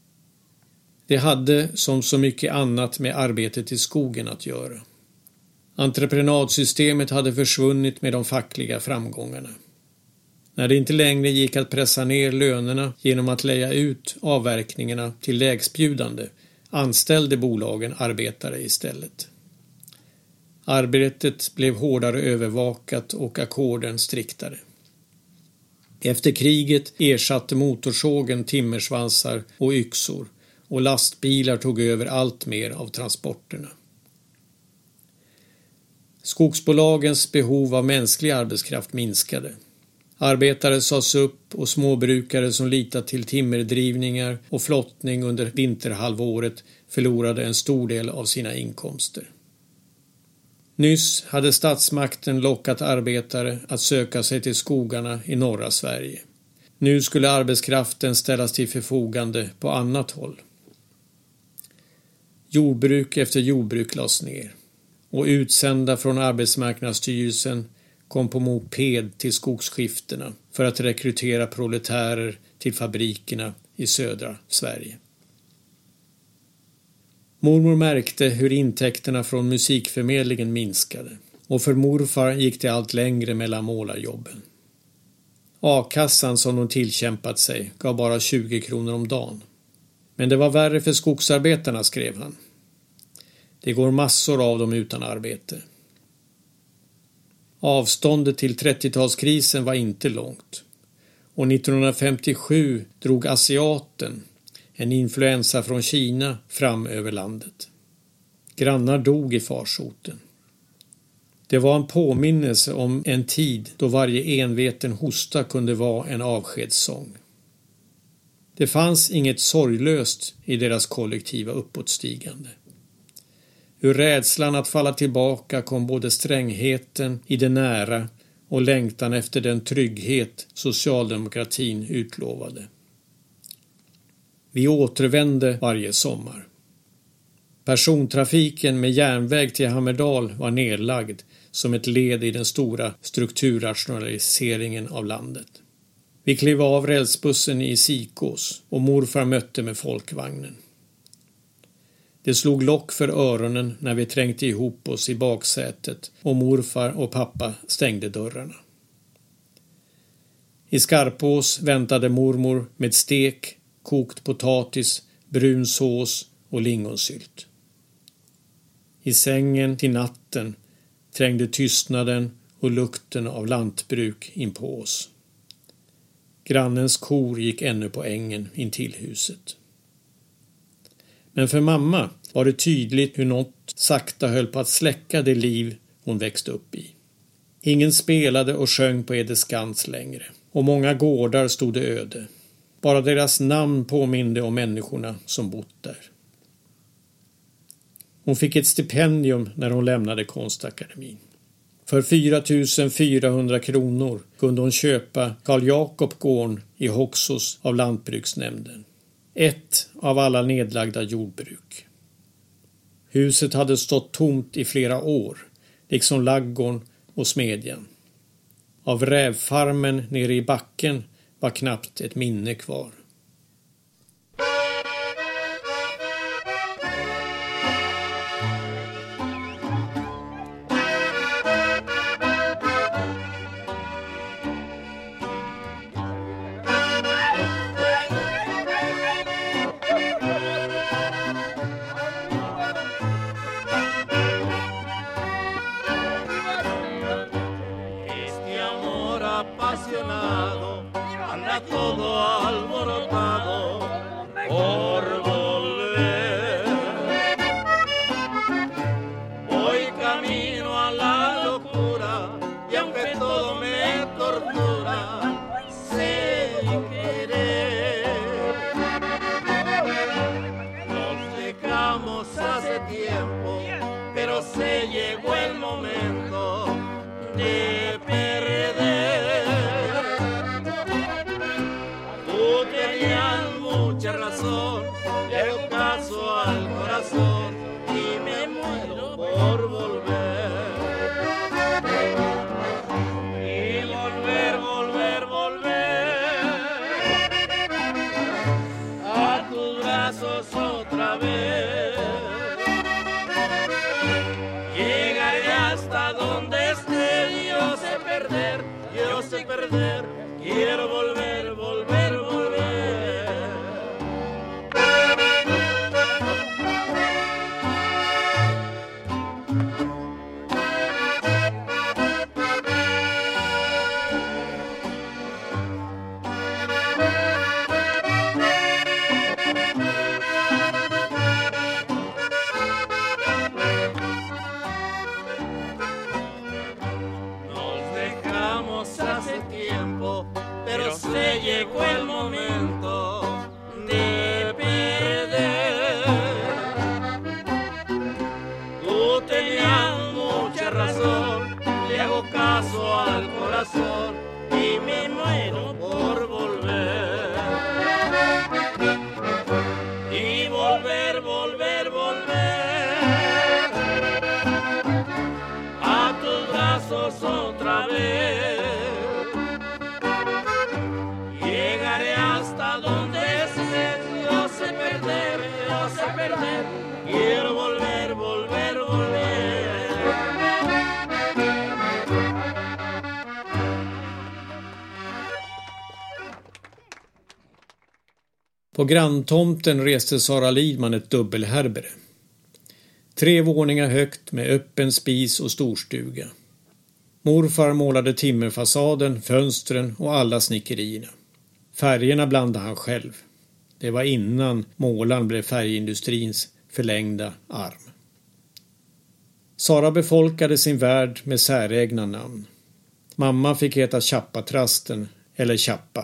Det hade som så mycket annat med arbetet i skogen att göra. Entreprenadsystemet hade försvunnit med de fackliga framgångarna. När det inte längre gick att pressa ner lönerna genom att leja ut avverkningarna till lägstbjudande anställde bolagen arbetare istället. Arbetet blev hårdare övervakat och ackorden striktare. Efter kriget ersatte motorsågen timmersvansar och yxor och lastbilar tog över allt mer av transporterna. Skogsbolagens behov av mänsklig arbetskraft minskade. Arbetare sades upp och småbrukare som litat till timmerdrivningar och flottning under vinterhalvåret förlorade en stor del av sina inkomster. Nyss hade statsmakten lockat arbetare att söka sig till skogarna i norra Sverige. Nu skulle arbetskraften ställas till förfogande på annat håll. Jordbruk efter jordbruk lades ner och utsända från Arbetsmarknadsstyrelsen kom på moped till skogsskiftena för att rekrytera proletärer till fabrikerna i södra Sverige. Mormor märkte hur intäkterna från musikförmedlingen minskade och för morfar gick det allt längre mellan målarjobben. A-kassan som de tillkämpat sig gav bara tjugo kronor om dagen. Men det var värre för skogsarbetarna, skrev han. Det går massor av dem utan arbete. Avståndet till trettiotalskrisen var inte långt. Och nittonhundrafemtiosju drog asiaten, en influensa från Kina, fram över landet. Grannar dog i farsoten. Det var en påminnelse om en tid då varje enveten hosta kunde vara en avskedssång. Det fanns inget sorglöst i deras kollektiva uppåtstigande. Ur rädslan att falla tillbaka kom både strängheten i det nära och längtan efter den trygghet socialdemokratin utlovade. Vi återvände varje sommar. Persontrafiken med järnväg till Hammerdal var nedlagd som ett led i den stora strukturrationaliseringen av landet. Vi klev av rälsbussen i Sikås och morfar mötte med folkvagnen. Det slog lock för öronen när vi trängde ihop oss i baksätet och morfar och pappa stängde dörrarna. I Skarpås väntade mormor med stek, kokt potatis, brun sås och lingonsylt. I sängen till natten trängde tystnaden och lukten av lantbruk in på oss. Grannens kor gick ännu på ängen intill huset. Men för mamma var det tydligt hur något sakta höll på att släcka det liv hon växte upp i. Ingen spelade och sjöng på Edeskans längre och många gårdar stod öde. Bara deras namn påminde om människorna som bott där. Hon fick ett stipendium när hon lämnade konstakademin. För fyra tusen fyrahundra kronor kunde hon köpa Karl Jakob-gården i Hoxos av lantbruksnämnden. Ett av alla nedlagda jordbruk. Huset hade stått tomt i flera år, liksom laggården och smedjan. Av rävfarmen nere i backen var knappt ett minne kvar. Apasionado, anda todo alborotado por volver. Voy camino a la locura y aunque todo me tortura, sé querer. Nos dejamos hace tiempo, pero se llegó el momento de perder. Mucha razón, le hago caso al corazón y me muero por volver. Y volver, volver, volver a tus brazos otra vez. Llegaré a perder. Quiero volver, volver, volver. På granntomten reste Sara Lidman ett dubbelhärbere. Tre våningar högt med öppen spis och storstuga. Morfar målade timmerfasaden, fönstren och alla snickerierna. Färgerna blandade han själv. Det var innan målaren blev färgindustrins förlängda arm. Sara befolkade sin värld med säregna namn. Mamma fick heta Chappatrasten eller Chappa.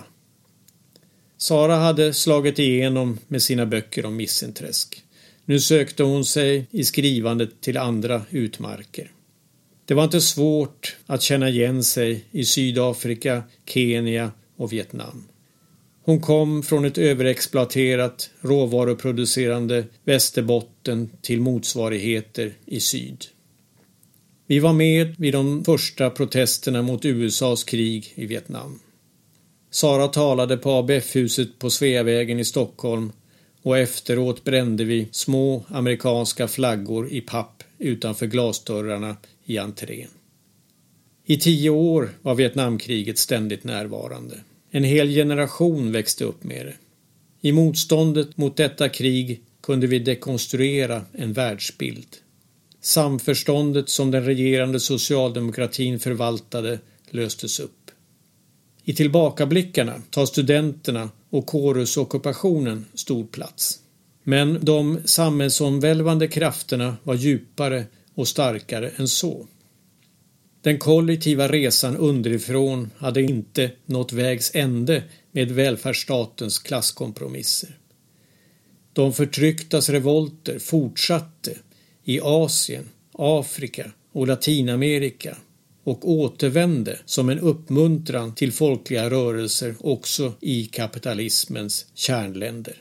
Sara hade slagit igenom med sina böcker om Missenträsk. Nu sökte hon sig i skrivandet till andra utmarker. Det var inte svårt att känna igen sig i Sydafrika, Kenya och Vietnam. Hon kom från ett överexploaterat, råvaruproducerande Västerbotten till motsvarigheter i syd. Vi var med vid de första protesterna mot U S A:s krig i Vietnam. Sara talade på A B F-huset på Sveavägen i Stockholm och efteråt brände vi små amerikanska flaggor i papp utanför glasdörrarna i entrén. I tio år var Vietnamkriget ständigt närvarande. En hel generation växte upp med det. I motståndet mot detta krig kunde vi dekonstruera en världsbild. Samförståndet som den regerande socialdemokratin förvaltade löstes upp. I tillbakablickarna tar studenterna och kårhusockupationen stor plats. Men de samhällsomvälvande krafterna var djupare och starkare än så. Den kollektiva resan underifrån hade inte nått vägs ände med välfärdsstatens klasskompromisser. De förtrycktas revolter fortsatte i Asien, Afrika och Latinamerika och återvände som en uppmuntran till folkliga rörelser också i kapitalismens kärnländer.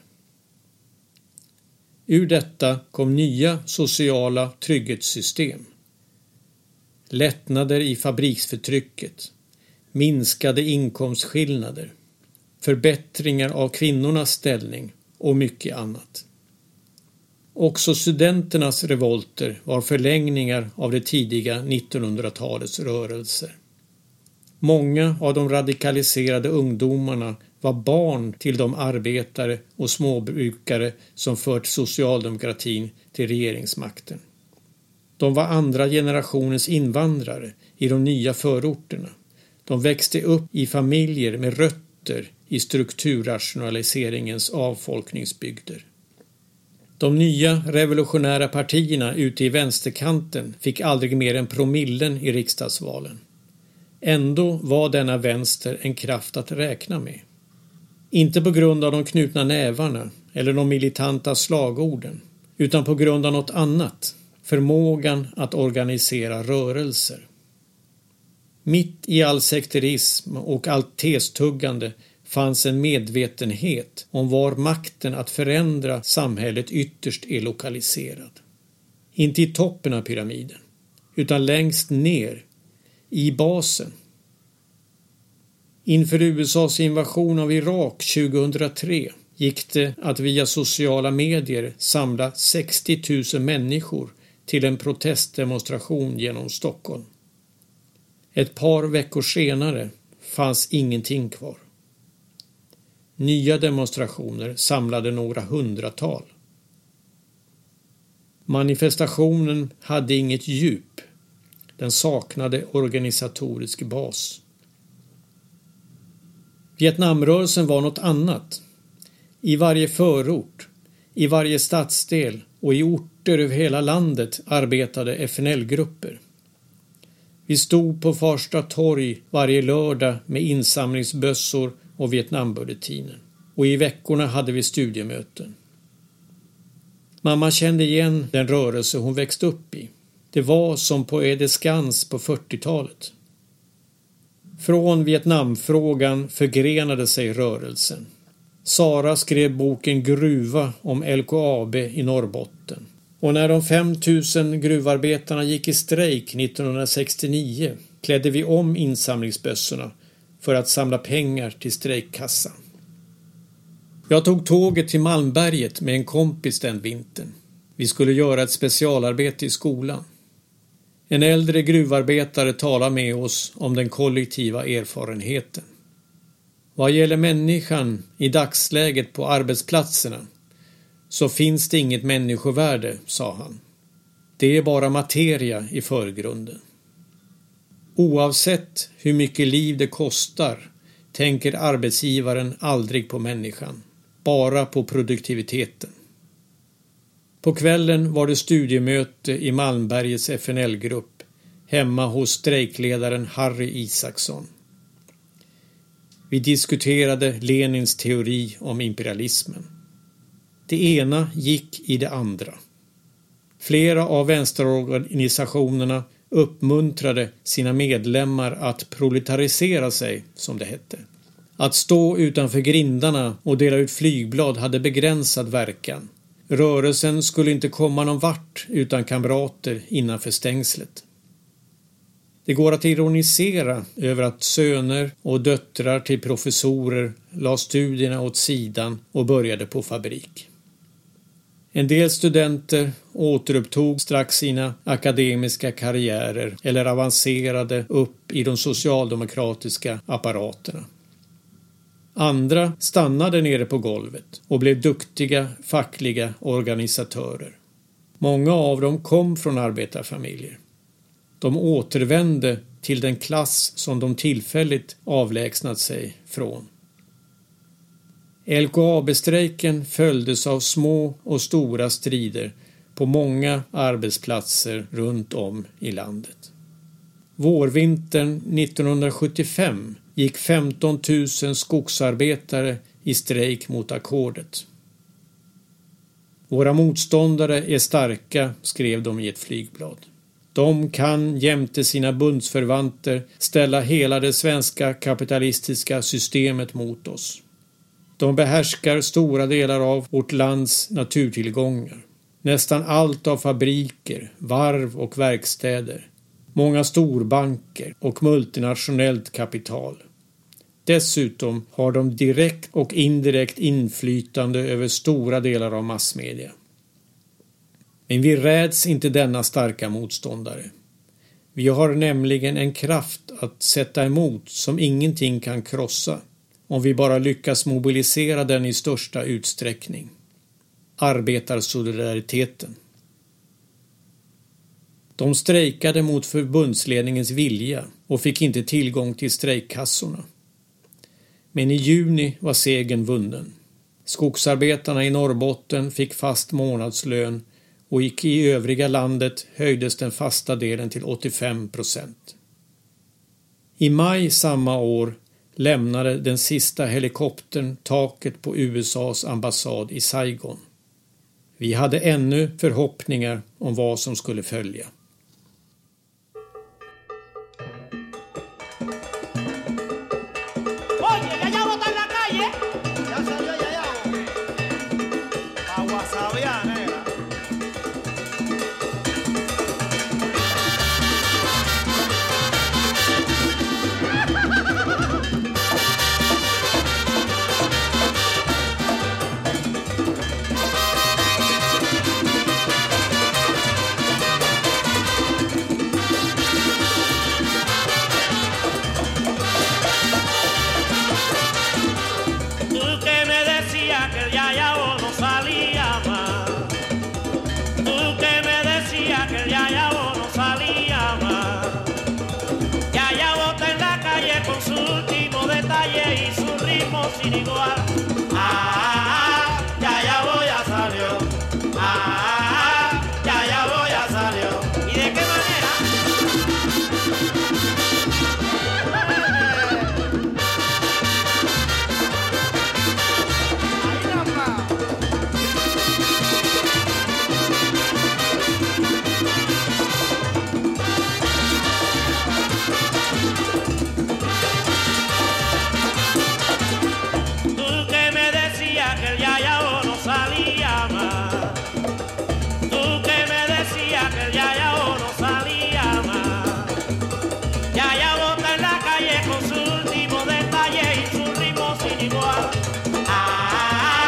Ur detta kom nya sociala trygghetssystem. Lättnader i fabriksförtrycket, minskade inkomstskillnader, förbättringar av kvinnornas ställning och mycket annat. Också studenternas revolter var förlängningar av det tidiga nittonhundratalets rörelser. Många av de radikaliserade ungdomarna var barn till de arbetare och småbrukare som fört socialdemokratin till regeringsmakten. De var andra generationens invandrare i de nya förorterna. De växte upp i familjer med rötter i strukturrationaliseringens avfolkningsbygder. De nya revolutionära partierna ute i vänsterkanten fick aldrig mer än promillen i riksdagsvalen. Ändå var denna vänster en kraft att räkna med. Inte på grund av de knutna nävarna eller de militanta slagorden, utan på grund av något annat, förmågan att organisera rörelser. Mitt i all sekterism och allt testuggande fanns en medvetenhet om var makten att förändra samhället ytterst är lokaliserad. Inte i toppen av pyramiden, utan längst ner, i basen. Inför U S A:s invasion av Irak tjugohundratre gick det att via sociala medier samla sextio tusen människor till en protestdemonstration genom Stockholm. Ett par veckor senare fanns ingenting kvar. Nya demonstrationer samlade några hundratal. Manifestationen hade inget djup. Den saknade organisatorisk bas. Vietnamrörelsen var något annat. I varje förort, i varje stadsdel och i orter över hela landet arbetade F N L-grupper. Vi stod på Farsta torg varje lördag med insamlingsbössor och Vietnambulletinen. Och i veckorna hade vi studiemöten. Mamma kände igen den rörelse hon växte upp i. Det var som på Edeskans på fyrtiotalet. Från Vietnamfrågan förgrenade sig rörelsen. Sara skrev boken Gruva om L K A B i Norrbotten. Och när de fem tusen gruvarbetarna gick i strejk nittonhundrasextionio klädde vi om insamlingsbössorna för att samla pengar till strejkkassan. Jag tog tåget till Malmberget med en kompis den vintern. Vi skulle göra ett specialarbete i skolan. En äldre gruvarbetare talade med oss om den kollektiva erfarenheten. Vad gäller människan i dagsläget på arbetsplatserna så finns det inget människovärde, sa han. Det är bara materia i förgrunden. Oavsett hur mycket liv det kostar tänker arbetsgivaren aldrig på människan, bara på produktiviteten. På kvällen var det studiemöte i Malmbergets F N L-grupp hemma hos strejkledaren Harry Isaksson. Vi diskuterade Lenins teori om imperialismen. Det ena gick i det andra. Flera av vänsterorganisationerna uppmuntrade sina medlemmar att proletarisera sig, som det hette. Att stå utanför grindarna och dela ut flygblad hade begränsad verkan. Rörelsen skulle inte komma någon vart utan kamrater innanför stängslet. Det går att ironisera över att söner och döttrar till professorer la studierna åt sidan och började på fabrik. En del studenter återupptog strax sina akademiska karriärer eller avancerade upp i de socialdemokratiska apparaterna. Andra stannade nere på golvet och blev duktiga fackliga organisatörer. Många av dem kom från arbetarfamiljer. De återvände till den klass som de tillfälligt avlägsnat sig från. L K A B-strejken följdes av små och stora strider på många arbetsplatser runt om i landet. Vårvintern nittonhundrasjuttiofem gick femton tusen skogsarbetare i strejk mot ackordet. Våra motståndare är starka, skrev de i ett flygblad. De kan jämte sina bundsförvanter ställa hela det svenska kapitalistiska systemet mot oss. De behärskar stora delar av vårt lands naturtillgångar. Nästan allt av fabriker, varv och verkstäder. Många storbanker och multinationellt kapital. Dessutom har de direkt och indirekt inflytande över stora delar av massmedia. Men vi räds inte denna starka motståndare. Vi har nämligen en kraft att sätta emot som ingenting kan krossa, om vi bara lyckas mobilisera den i största utsträckning. Arbetarsolidariteten. De strejkade mot förbundsledningens vilja och fick inte tillgång till strejkkassorna. Men i juni var segern vunnen. Skogsarbetarna i Norrbotten fick fast månadslön och gick i övriga landet höjdes den fasta delen till åttiofem procent. I maj samma år lämnade den sista helikoptern taket på U S A:s ambassad i Saigon. Vi hade ännu förhoppningar om vad som skulle följa. Oye, Yayabo está en la calle. Ya salió Yayabo. Agua sabía, negra. Sin igual. Ah, ya ya voy a salió. Ah, ya ya voy a salió. ¿Y de qué manera? Ahí nomás. Con su último detalle y su ritmo sin igual. Ah,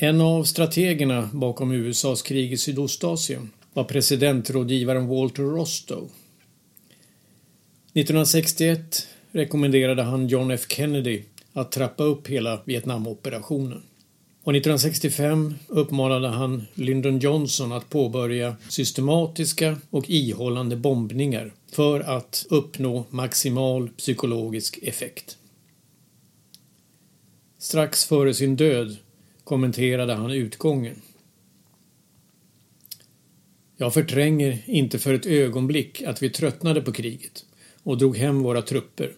En av strategerna bakom U S A:s krig i Sydostasien var presidentrådgivaren Walter Rostow. nittonhundrasextioett rekommenderade han John F. Kennedy att trappa upp hela Vietnamoperationen. Och nittonhundrasextiofem uppmanade han Lyndon Johnson att påbörja systematiska och ihållande bombningar för att uppnå maximal psykologisk effekt. Strax före sin död kommenterade han utgången. Jag förtränger inte för ett ögonblick att vi tröttnade på kriget och drog hem våra trupper.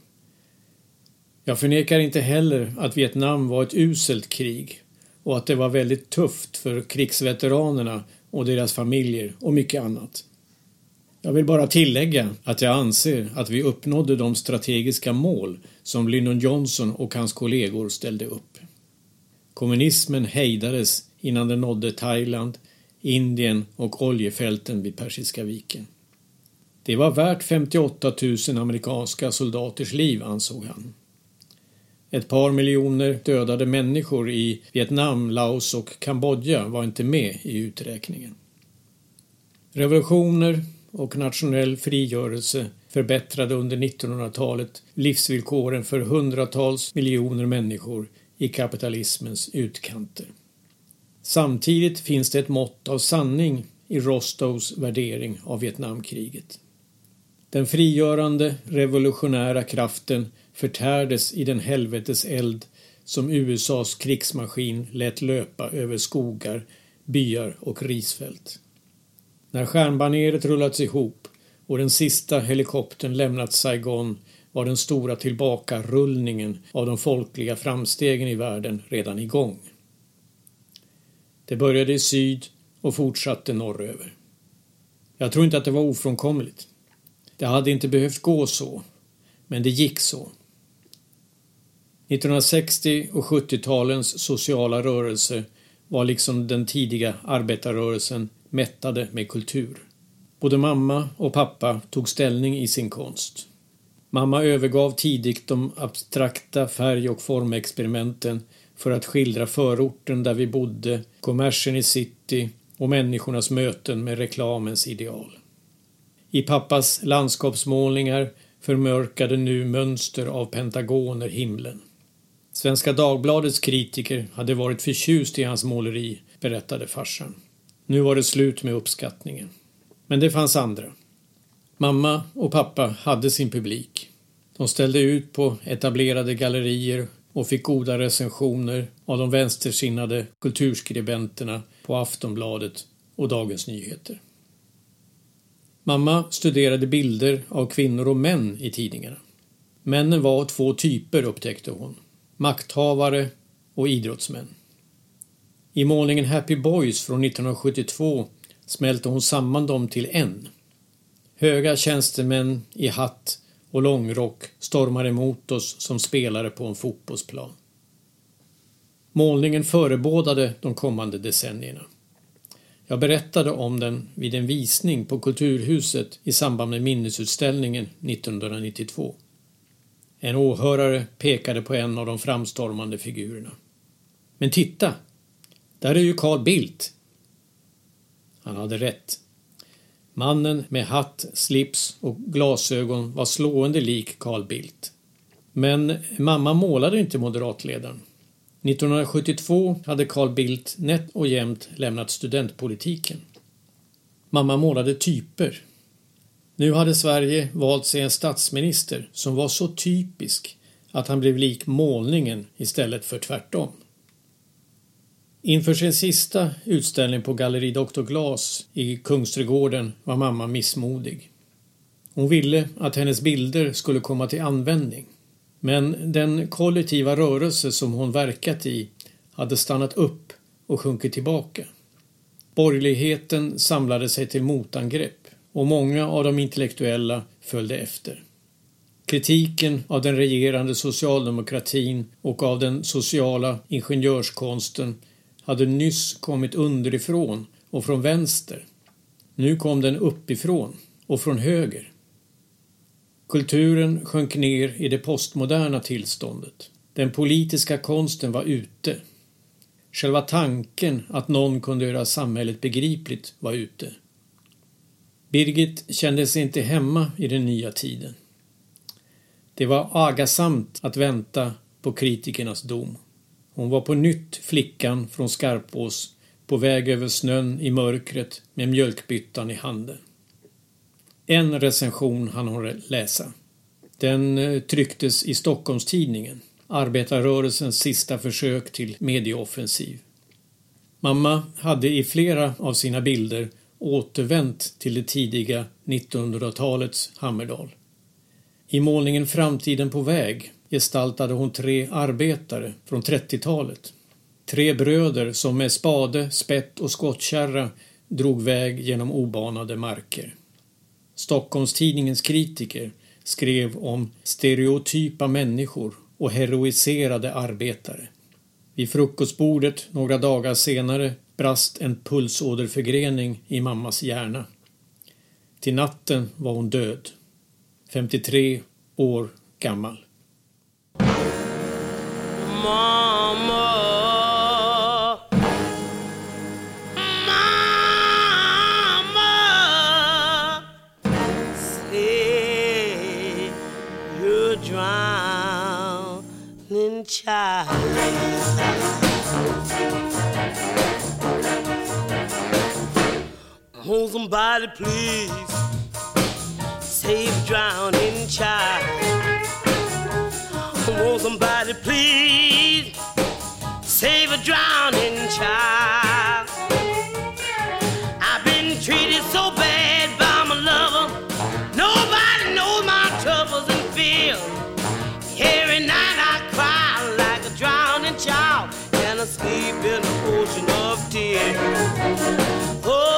Jag förnekar inte heller att Vietnam var ett uselt krig och att det var väldigt tufft för krigsveteranerna och deras familjer och mycket annat. Jag vill bara tillägga att jag anser att vi uppnådde de strategiska mål som Lyndon Johnson och hans kollegor ställde upp. Kommunismen hejdades innan den nådde Thailand, Indien och oljefälten vid Persiska viken. Det var värt femtioåtta tusen amerikanska soldaters liv, ansåg han. Ett par miljoner dödade människor i Vietnam, Laos och Kambodja var inte med i uträkningen. Revolutioner och nationell frigörelse förbättrade under nittonhundratalet livsvillkoren för hundratals miljoner människor i kapitalismens utkanter. Samtidigt finns det ett mått av sanning i Rostows värdering av Vietnamkriget. Den frigörande revolutionära kraften förtärdes i den helvetes eld som U S A:s krigsmaskin lät löpa över skogar, byar och risfält. När stjärnbaneret rullats ihop och den sista helikoptern lämnat Saigon var den stora tillbakarullningen av de folkliga framstegen i världen redan igång. Det började i syd och fortsatte norröver. Jag tror inte att det var ofrånkomligt. Det hade inte behövt gå så, men det gick så. nittonhundrasextio- och sjuttiotalens sociala rörelse var liksom den tidiga arbetarrörelsen mättade med kultur. Både mamma och pappa tog ställning i sin konst. Mamma övergav tidigt de abstrakta färg- och formexperimenten för att skildra förorten där vi bodde, kommersen i city och människornas möten med reklamens ideal. I pappas landskapsmålningar förmörkade nu mönster av pentagoner himlen. Svenska Dagbladets kritiker hade varit förtjust i hans måleri, berättade farsan. Nu var det slut med uppskattningen. Men det fanns andra. Mamma och pappa hade sin publik. De ställde ut på etablerade gallerier och fick goda recensioner av de vänstersinnade kulturskribenterna på Aftonbladet och Dagens Nyheter. Mamma studerade bilder av kvinnor och män i tidningarna. Männen var två typer, upptäckte hon. Makthavare och idrottsmän. I målningen Happy Boys från nittonhundrasjuttiotvå smälte hon samman dem till en. Höga tjänstemän i hatt och långrock stormar emot oss som spelare på en fotbollsplan. Målningen förebådade de kommande decennierna. Jag berättade om den vid en visning på Kulturhuset i samband med minnesutställningen nittonhundranittiotvå. En åhörare pekade på en av de framstormande figurerna. Men titta, där är ju Carl Bildt. Han hade rätt. Mannen med hatt, slips och glasögon var slående lik Carl Bildt. Men mamma målade inte moderatledaren. nittonhundrasjuttiotvå hade Carl Bildt nätt och jämnt lämnat studentpolitiken. Mamma målade typer. Nu hade Sverige valt sig en statsminister som var så typisk att han blev lik målningen istället för tvärtom. Inför sin sista utställning på Galleri doktor Glas i Kungsträdgården var mamma missmodig. Hon ville att hennes bilder skulle komma till användning. Men den kollektiva rörelse som hon verkat i hade stannat upp och sjunkit tillbaka. Borgerligheten samlade sig till motangrepp och många av de intellektuella följde efter. Kritiken av den regerande socialdemokratin och av den sociala ingenjörskonsten hade nyss kommit underifrån och från vänster. Nu kom den uppifrån och från höger. Kulturen sjönk ner i det postmoderna tillståndet. Den politiska konsten var ute. Själva tanken att någon kunde göra samhället begripligt var ute. Birgit kände sig inte hemma i den nya tiden. Det var agasamt att vänta på kritikernas dom. Hon var på nytt flickan från Skarpås, på väg över snön i mörkret med mjölkbyttan i handen. En recension hann hon läsa. Den trycktes i Stockholmstidningen, arbetarrörelsens sista försök till medieoffensiv. Mamma hade i flera av sina bilder återvänt till det tidiga nittonhundratalets Hammerdal. I målningen Framtiden på väg gestaltade hon tre arbetare från trettiotalet. Tre bröder som med spade, spett och skottkärra drog väg genom obanade marker. Stockholmstidningens kritiker skrev om stereotypa människor och heroiserade arbetare. Vid frukostbordet några dagar senare brast en pulsåderförgrening i mammas hjärna. Till natten var hon död. femtiotre år gammal. Mama, Mama, say you're drowning, child. Hold somebody, please. Save a drowning child. Won't somebody please save a drowning child? I've been treated so bad by my lover. Nobody knows my troubles and fears. Every night I cry like a drowning child, and I sleep in an ocean of tears. Oh,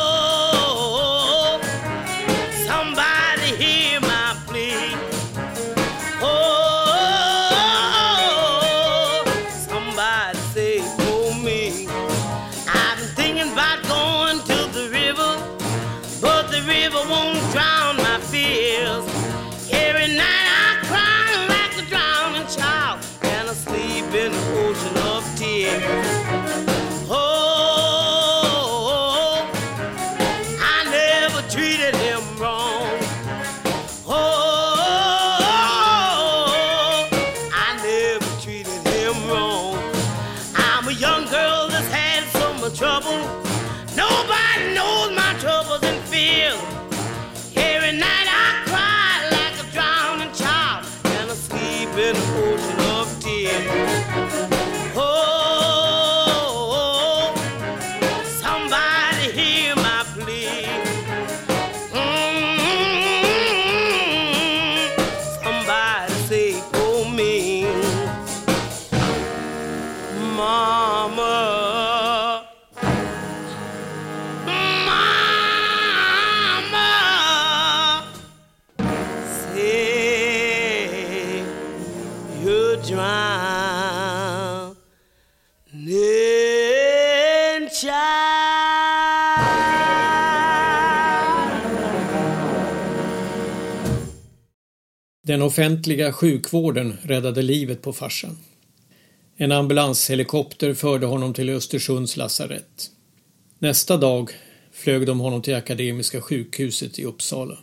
Den offentliga sjukvården räddade livet på farsan. En ambulanshelikopter förde honom till Östersunds lasarett. Nästa dag flög de honom till Akademiska sjukhuset i Uppsala.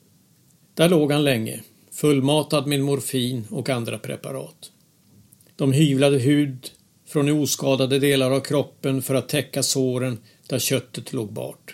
Där låg han länge, fullmatad med morfin och andra preparat. De hyvlade hud från de oskadade delar av kroppen för att täcka såren där köttet låg bart.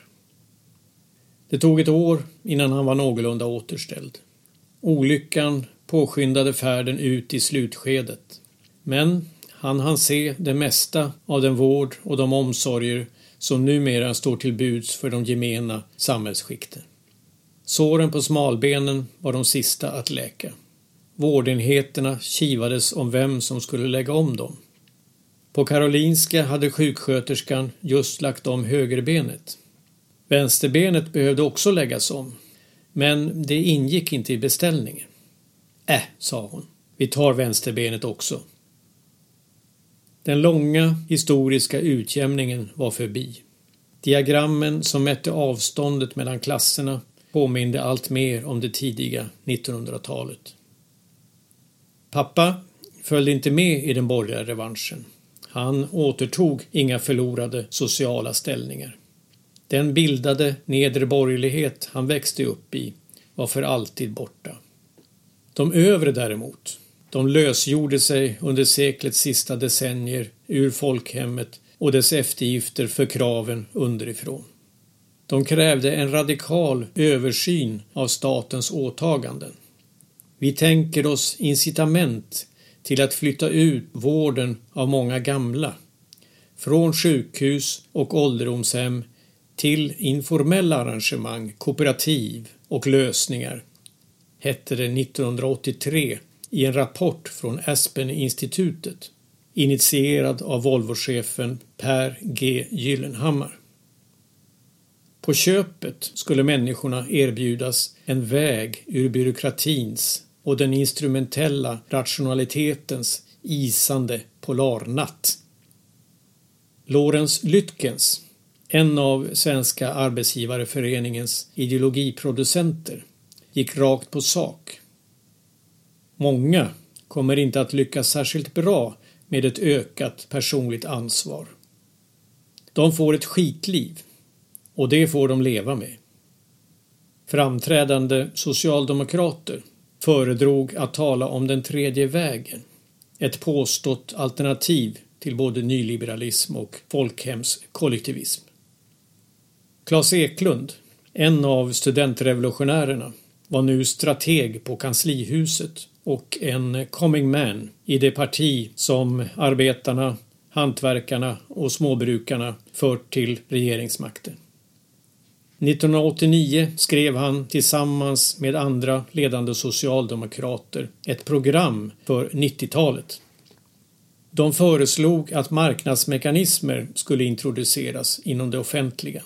Det tog ett år innan han var någorlunda återställd. Olyckan påskyndade färden ut i slutskedet. Men han hann se det mesta av den vård och de omsorger som numera står till buds för de gemena samhällsskikten. Såren på smalbenen var de sista att läka. Vårdenheterna kivades om vem som skulle lägga om dem. På Karolinska hade sjuksköterskan just lagt om högerbenet. Vänsterbenet behövde också läggas om, men det ingick inte i beställningen. Äh, sa hon, vi tar vänsterbenet också. Den långa historiska utjämningen var förbi. Diagrammen som mätte avståndet mellan klasserna påminde allt mer om det tidiga nittonhundratalet. Pappa följde inte med i den borgerliga revanschen. Han återtog inga förlorade sociala ställningar. Den bildade nedre borgerlighet han växte upp i var för alltid borta. De övre däremot, de lösgjorde sig under seklets sista decennier ur folkhemmet och dess eftergifter för kraven underifrån. De krävde en radikal översyn av statens åtaganden. Vi tänker oss incitament till att flytta ut vården av många gamla, från sjukhus och ålderdomshem till informella arrangemang, kooperativ och lösningar, hette det nittonhundraåttiotre i en rapport från Aspen-institutet, initierad av Volvo-chefen Per G. Gyllenhammar. På köpet skulle människorna erbjudas en väg ur byråkratins och den instrumentella rationalitetens isande polarnatt. Lorentz Lytkens, en av Svenska arbetsgivareföreningens ideologiproducenter, gick rakt på sak. Många kommer inte att lyckas särskilt bra med ett ökat personligt ansvar. De får ett skitliv och det får de leva med. Framträdande socialdemokrater föredrog att tala om den tredje vägen, ett påstått alternativ till både nyliberalism och folkhemskollektivism. Claes Eklund, en av studentrevolutionärerna, var nu strateg på kanslihuset och en coming man i det parti som arbetarna, hantverkarna och småbrukarna fört till regeringsmakten. nittonhundraåttionio skrev han tillsammans med andra ledande socialdemokrater ett program för nittiotalet. De föreslog att marknadsmekanismer skulle introduceras inom det offentliga.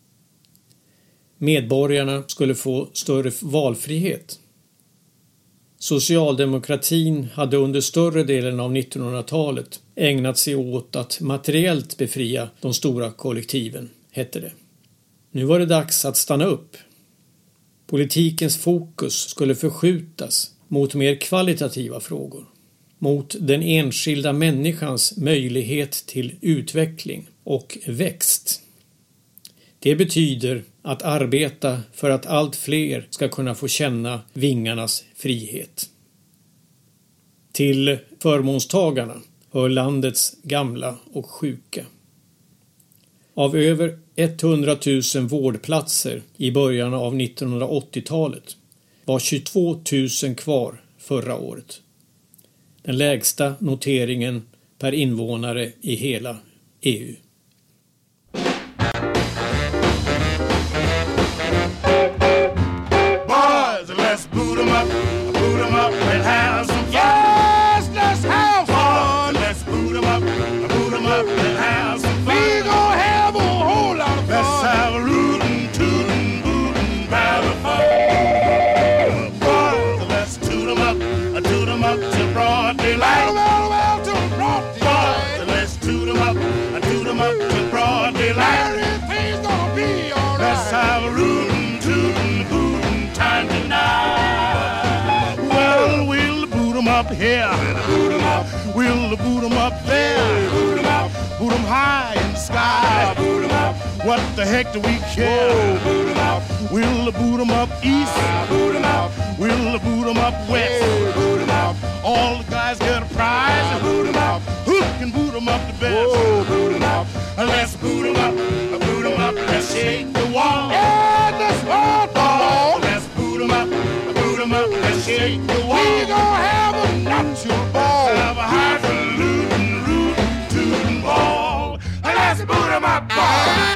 Medborgarna skulle få större valfrihet. Socialdemokratin hade under större delen av nittonhundratalet ägnat sig åt att materiellt befria de stora kollektiven, hette det. Nu var det dags att stanna upp. Politikens fokus skulle förskjutas mot mer kvalitativa frågor, mot den enskilda människans möjlighet till utveckling och växt. Det betyder att arbeta för att allt fler ska kunna få känna vingarnas frihet. Till förmånstagarna hör landets gamla och sjuka. Av över hundratusen vårdplatser i början av nittonhundraåttiotalet var tjugotvå tusen kvar förra året. Den lägsta noteringen per invånare i hela E U. Boys, let's boot 'em up, boot 'em up and have some fun. Yes, let's have fun. Let's boot 'em up, boot 'em up and have some fun. We gonna have a whole lot of fun. Let's have a rootin', tootin', bootin', rather fun. Boys, let's toot 'em up, toot 'em up to broad daylight. Well, well, well, to broad daylight. Boys, let's toot 'em up, toot 'em up to broad daylight. Everything's gonna be all right. Let's have a rootin', tootin', bootin' time tonight. Well, we'll boot 'em up here, boot 'em up. We'll boot 'em up there, boot 'em up. Boot 'em high in the sky, boot 'em up. What the heck do we care? Whoa, boot 'em up. We'll boot 'em up east, boot 'em up. We'll boot 'em up west, hey, boot 'em up. All the guys get a prize, boot 'em up. Who can boot 'em up the best? Whoa, boot 'em up. Let's boot 'em up, boot 'em up. Let's shake the wall. Yeah, let's roll the ball. Let's boot 'em up, boot 'em up. Let's shake the wall. We gonna have a nuptial ball. Have a highfalutin, rootin', tootin' ball. Let's boot 'em up, ball.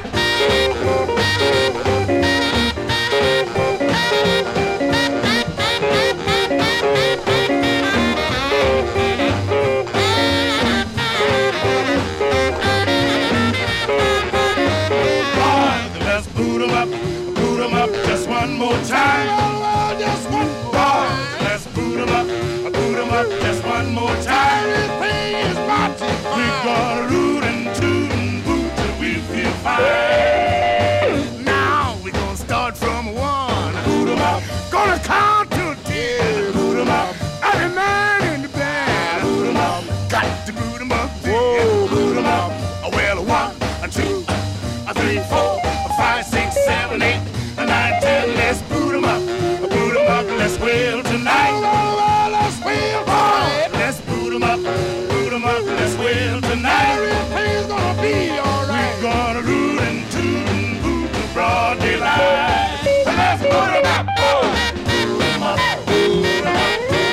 Just one more time. Oh, just one more time. Let's boot 'em up, boot 'em up, just one more time. Everything is mighty fine. We're gonna root and toot and boot till we feel fine. Now we're gonna start from one. Boot 'em up. Gonna count to ten. Boot 'em up. Every man in the band. Boot 'em up. Got to boot 'em up. Whoa, boot 'em up. seven, eight, nine, ten. Let's boot 'em up, boot 'em up. Let's wail tonight. Let's wail tonight. Let's boot 'em up, boot 'em up. Let's wail tonight. Everything's gonna be all right. We're gonna root and toot and boot to broad daylight. So let's boot 'em up. Boot 'em up, boot 'em up.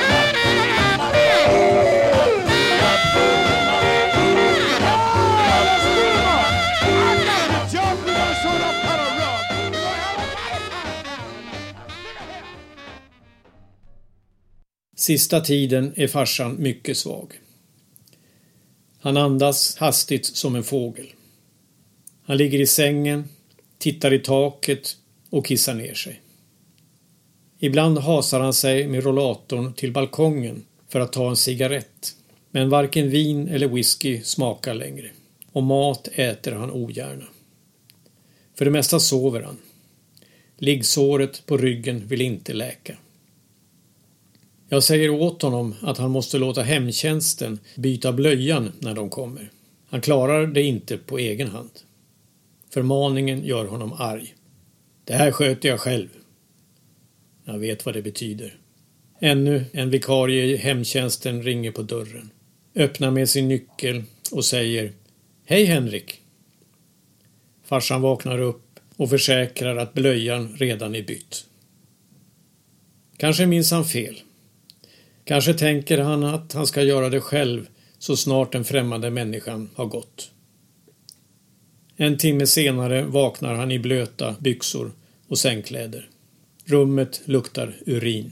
Sista tiden är farsan mycket svag. Han andas hastigt som en fågel. Han ligger i sängen, tittar i taket och kissar ner sig. Ibland hasar han sig med rollatorn till balkongen för att ta en cigarett. Men varken vin eller whisky smakar längre. Och mat äter han ogärna. För det mesta sover han. Liggsåret på ryggen vill inte läka. Jag säger åt honom att han måste låta hemtjänsten byta blöjan när de kommer. Han klarar det inte på egen hand. Förmaningen gör honom arg. Det här sköter jag själv. Jag vet vad det betyder. Ännu en vikarie i hemtjänsten ringer på dörren. Öppnar med sin nyckel och säger: Hej Henrik. Farsan vaknar upp och försäkrar att blöjan redan är bytt. Kanske minns han fel. Kanske tänker han att han ska göra det själv så snart den främmande människan har gått. En timme senare vaknar han i blöta byxor och sängkläder. Rummet luktar urin.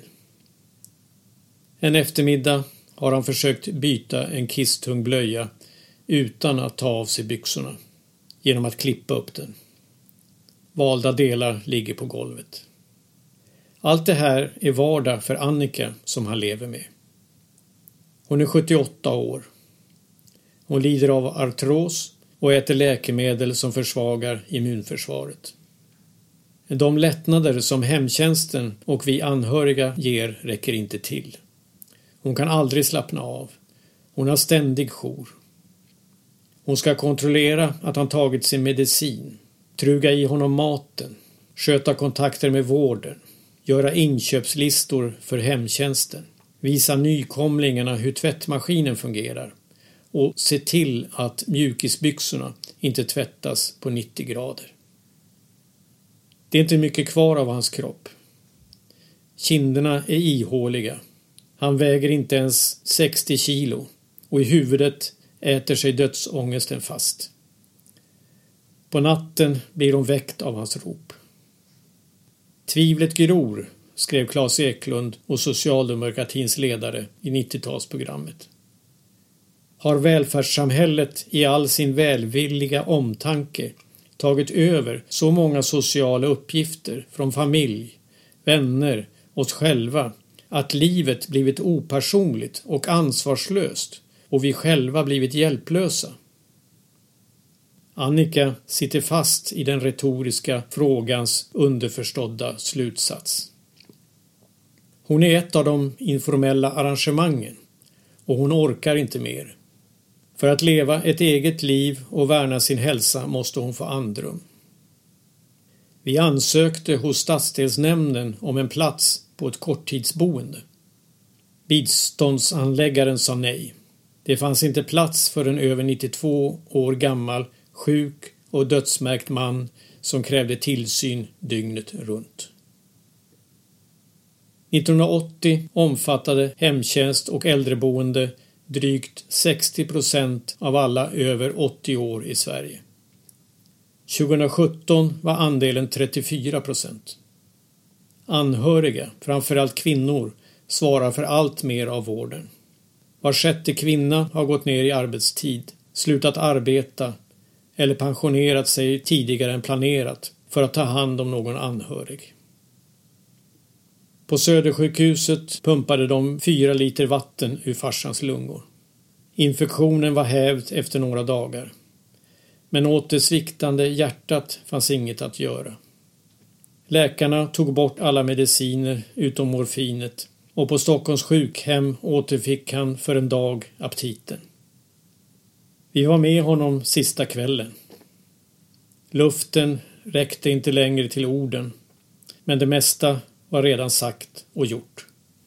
En eftermiddag har han försökt byta en kisstung blöja utan att ta av sig byxorna, genom att klippa upp den. Valda delar ligger på golvet. Allt det här är vardag för Annika som han lever med. Hon är sjuttioåtta år. Hon lider av artros och äter läkemedel som försvagar immunförsvaret. De lättnader som hemtjänsten och vi anhöriga ger räcker inte till. Hon kan aldrig slappna av. Hon har ständig jour. Hon ska kontrollera att han tagit sin medicin, truga i honom maten, sköta kontakter med vården, göra inköpslistor för hemtjänsten, visa nykomlingarna hur tvättmaskinen fungerar och se till att mjukisbyxorna inte tvättas på nittio grader. Det är inte mycket kvar av hans kropp. Kinderna är ihåliga. Han väger inte ens sextio kilo och i huvudet äter sig dödsångesten fast. På natten blir hon väckt av hans rop. Tvivlet gror, skrev Claes Eklund och socialdemokratins ledare i nittiotalsprogrammet. Har välfärdssamhället i all sin välvilliga omtanke tagit över så många sociala uppgifter från familj, vänner, oss själva att livet blivit opersonligt och ansvarslöst och vi själva blivit hjälplösa? Annika sitter fast i den retoriska frågans underförstådda slutsats. Hon är ett av de informella arrangemangen och hon orkar inte mer. För att leva ett eget liv och värna sin hälsa måste hon få andrum. Vi ansökte hos stadsdelsnämnden om en plats på ett korttidsboende. Biståndsanläggaren sa nej. Det fanns inte plats för en över nittiotvå år gammal, sjuk och dödsmärkt man som krävde tillsyn dygnet runt. nittonhundraåttio omfattade hemtjänst och äldreboende drygt sextio procent av alla över åttio år i Sverige. tjugosjutton var andelen trettiofyra procent. Anhöriga, framförallt kvinnor, svarar för allt mer av vården. Var sjätte kvinna har gått ner i arbetstid, slutat arbeta eller pensionerat sig tidigare än planerat för att ta hand om någon anhörig. På Södersjukhuset pumpade de fyra liter vatten ur farsans lungor. Infektionen var hävd efter några dagar. Men åt det sviktande hjärtat fanns inget att göra. Läkarna tog bort alla mediciner utom morfinet och på Stockholms sjukhem återfick han för en dag aptiten. Vi var med honom sista kvällen. Luften räckte inte längre till orden, men det mesta var redan sagt och gjort.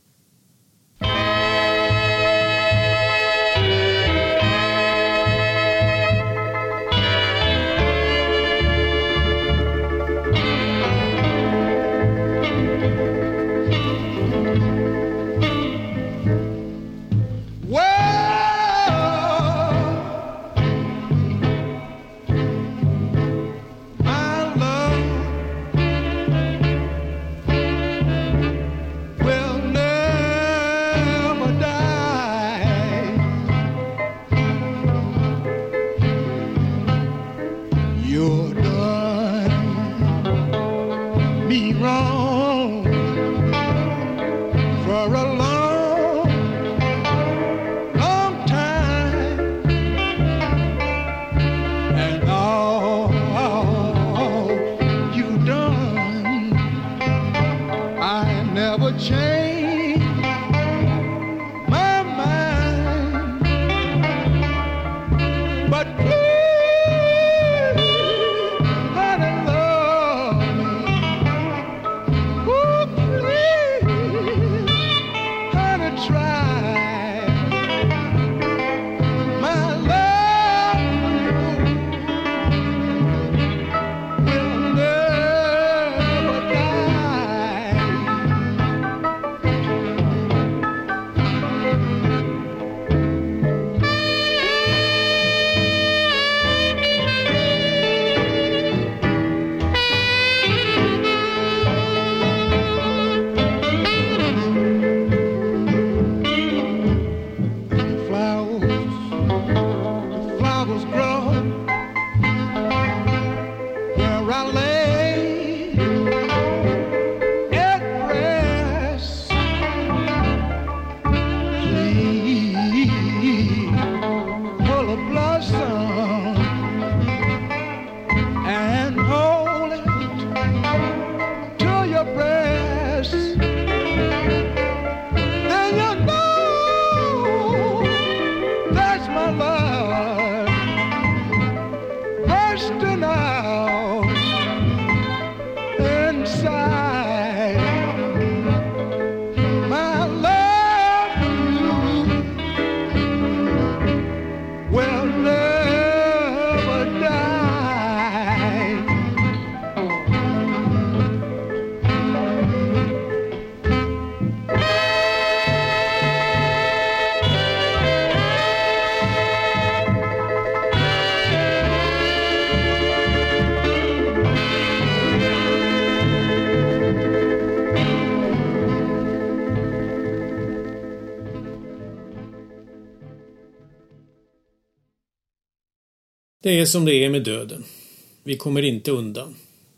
Det är som det är med döden. Vi kommer inte undan.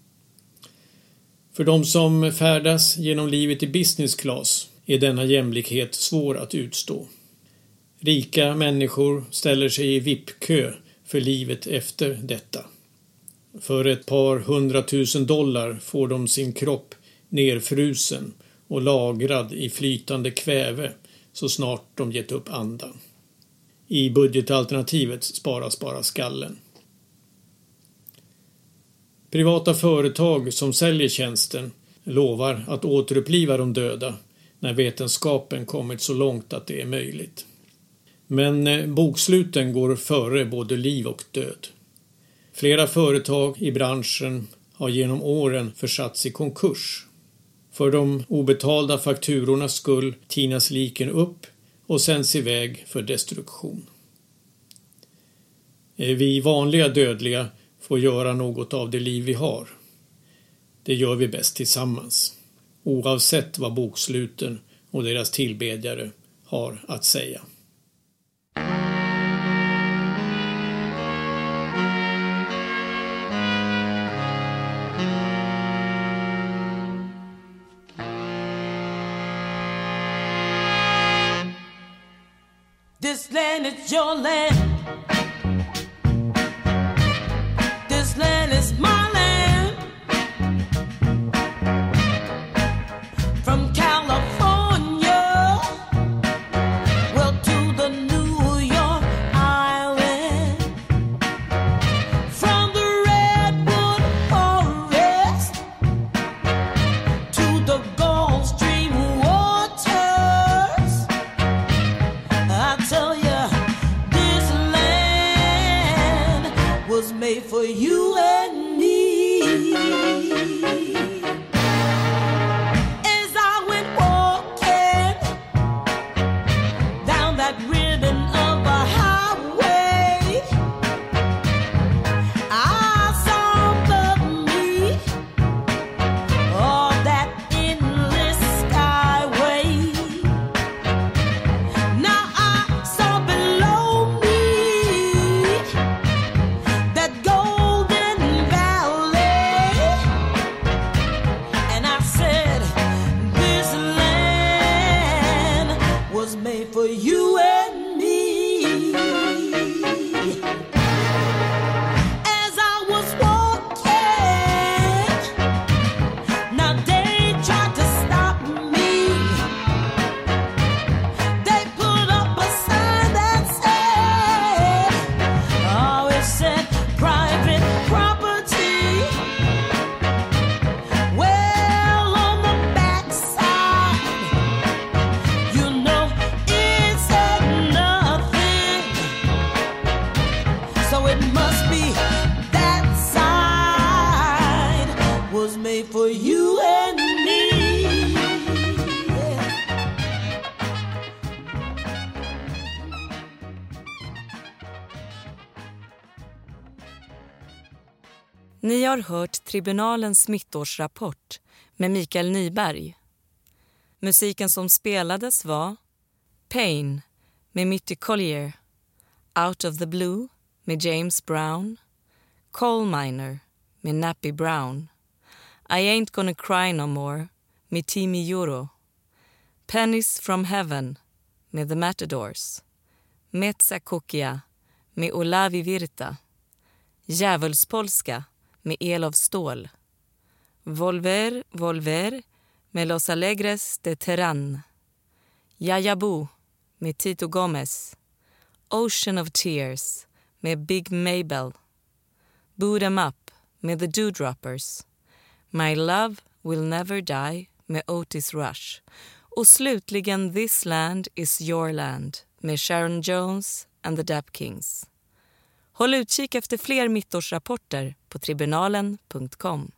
För de som färdas genom livet i business class är denna jämlikhet svår att utstå. Rika människor ställer sig i V I P-kö för livet efter detta. För ett par hundratusen dollar får de sin kropp nerfrusen och lagrad i flytande kväve så snart de gett upp andan. I budgetalternativet sparas bara skallen. Privata företag som säljer tjänsten lovar att återuppliva de döda när vetenskapen kommit så långt att det är möjligt. Men boksluten går före både liv och död. Flera företag i branschen har genom åren försatts i konkurs. För de obetalda fakturornas skull tinas liken upp och sänds iväg för destruktion. Vi vanliga dödliga får göra något av det liv vi har. Det gör vi bäst tillsammans, oavsett vad boksluten och deras tillbedjare har att säga. This land is your land. This land is my land. From California, well, to the New York Island. From the Redwood Forest and me. Ni har hört Tribunalens smittårsrapport med Mikael Nyberg. Musiken som spelades var Pain med Mitty Collier, Out of the Blue med James Brown, Coal Miner med Nappy Brown, I Ain't Gonna Cry No More med Timi Juro, Pennies from Heaven med The Matadors, Metsa Kokia med Olavi Virta, Djävulspolska med El av stål, Volver, Volver med Los Alegres de Terran, Jajabu med Tito Gomez, Ocean of Tears med Big Mabel, Boot 'em Up med The Dewdroppers, My Love Will Never Die med Otis Rush och slutligen This Land Is Your Land med Sharon Jones and the Dap Kings. Håll utkik efter fler mittårsrapporter på tribunalen punkt com.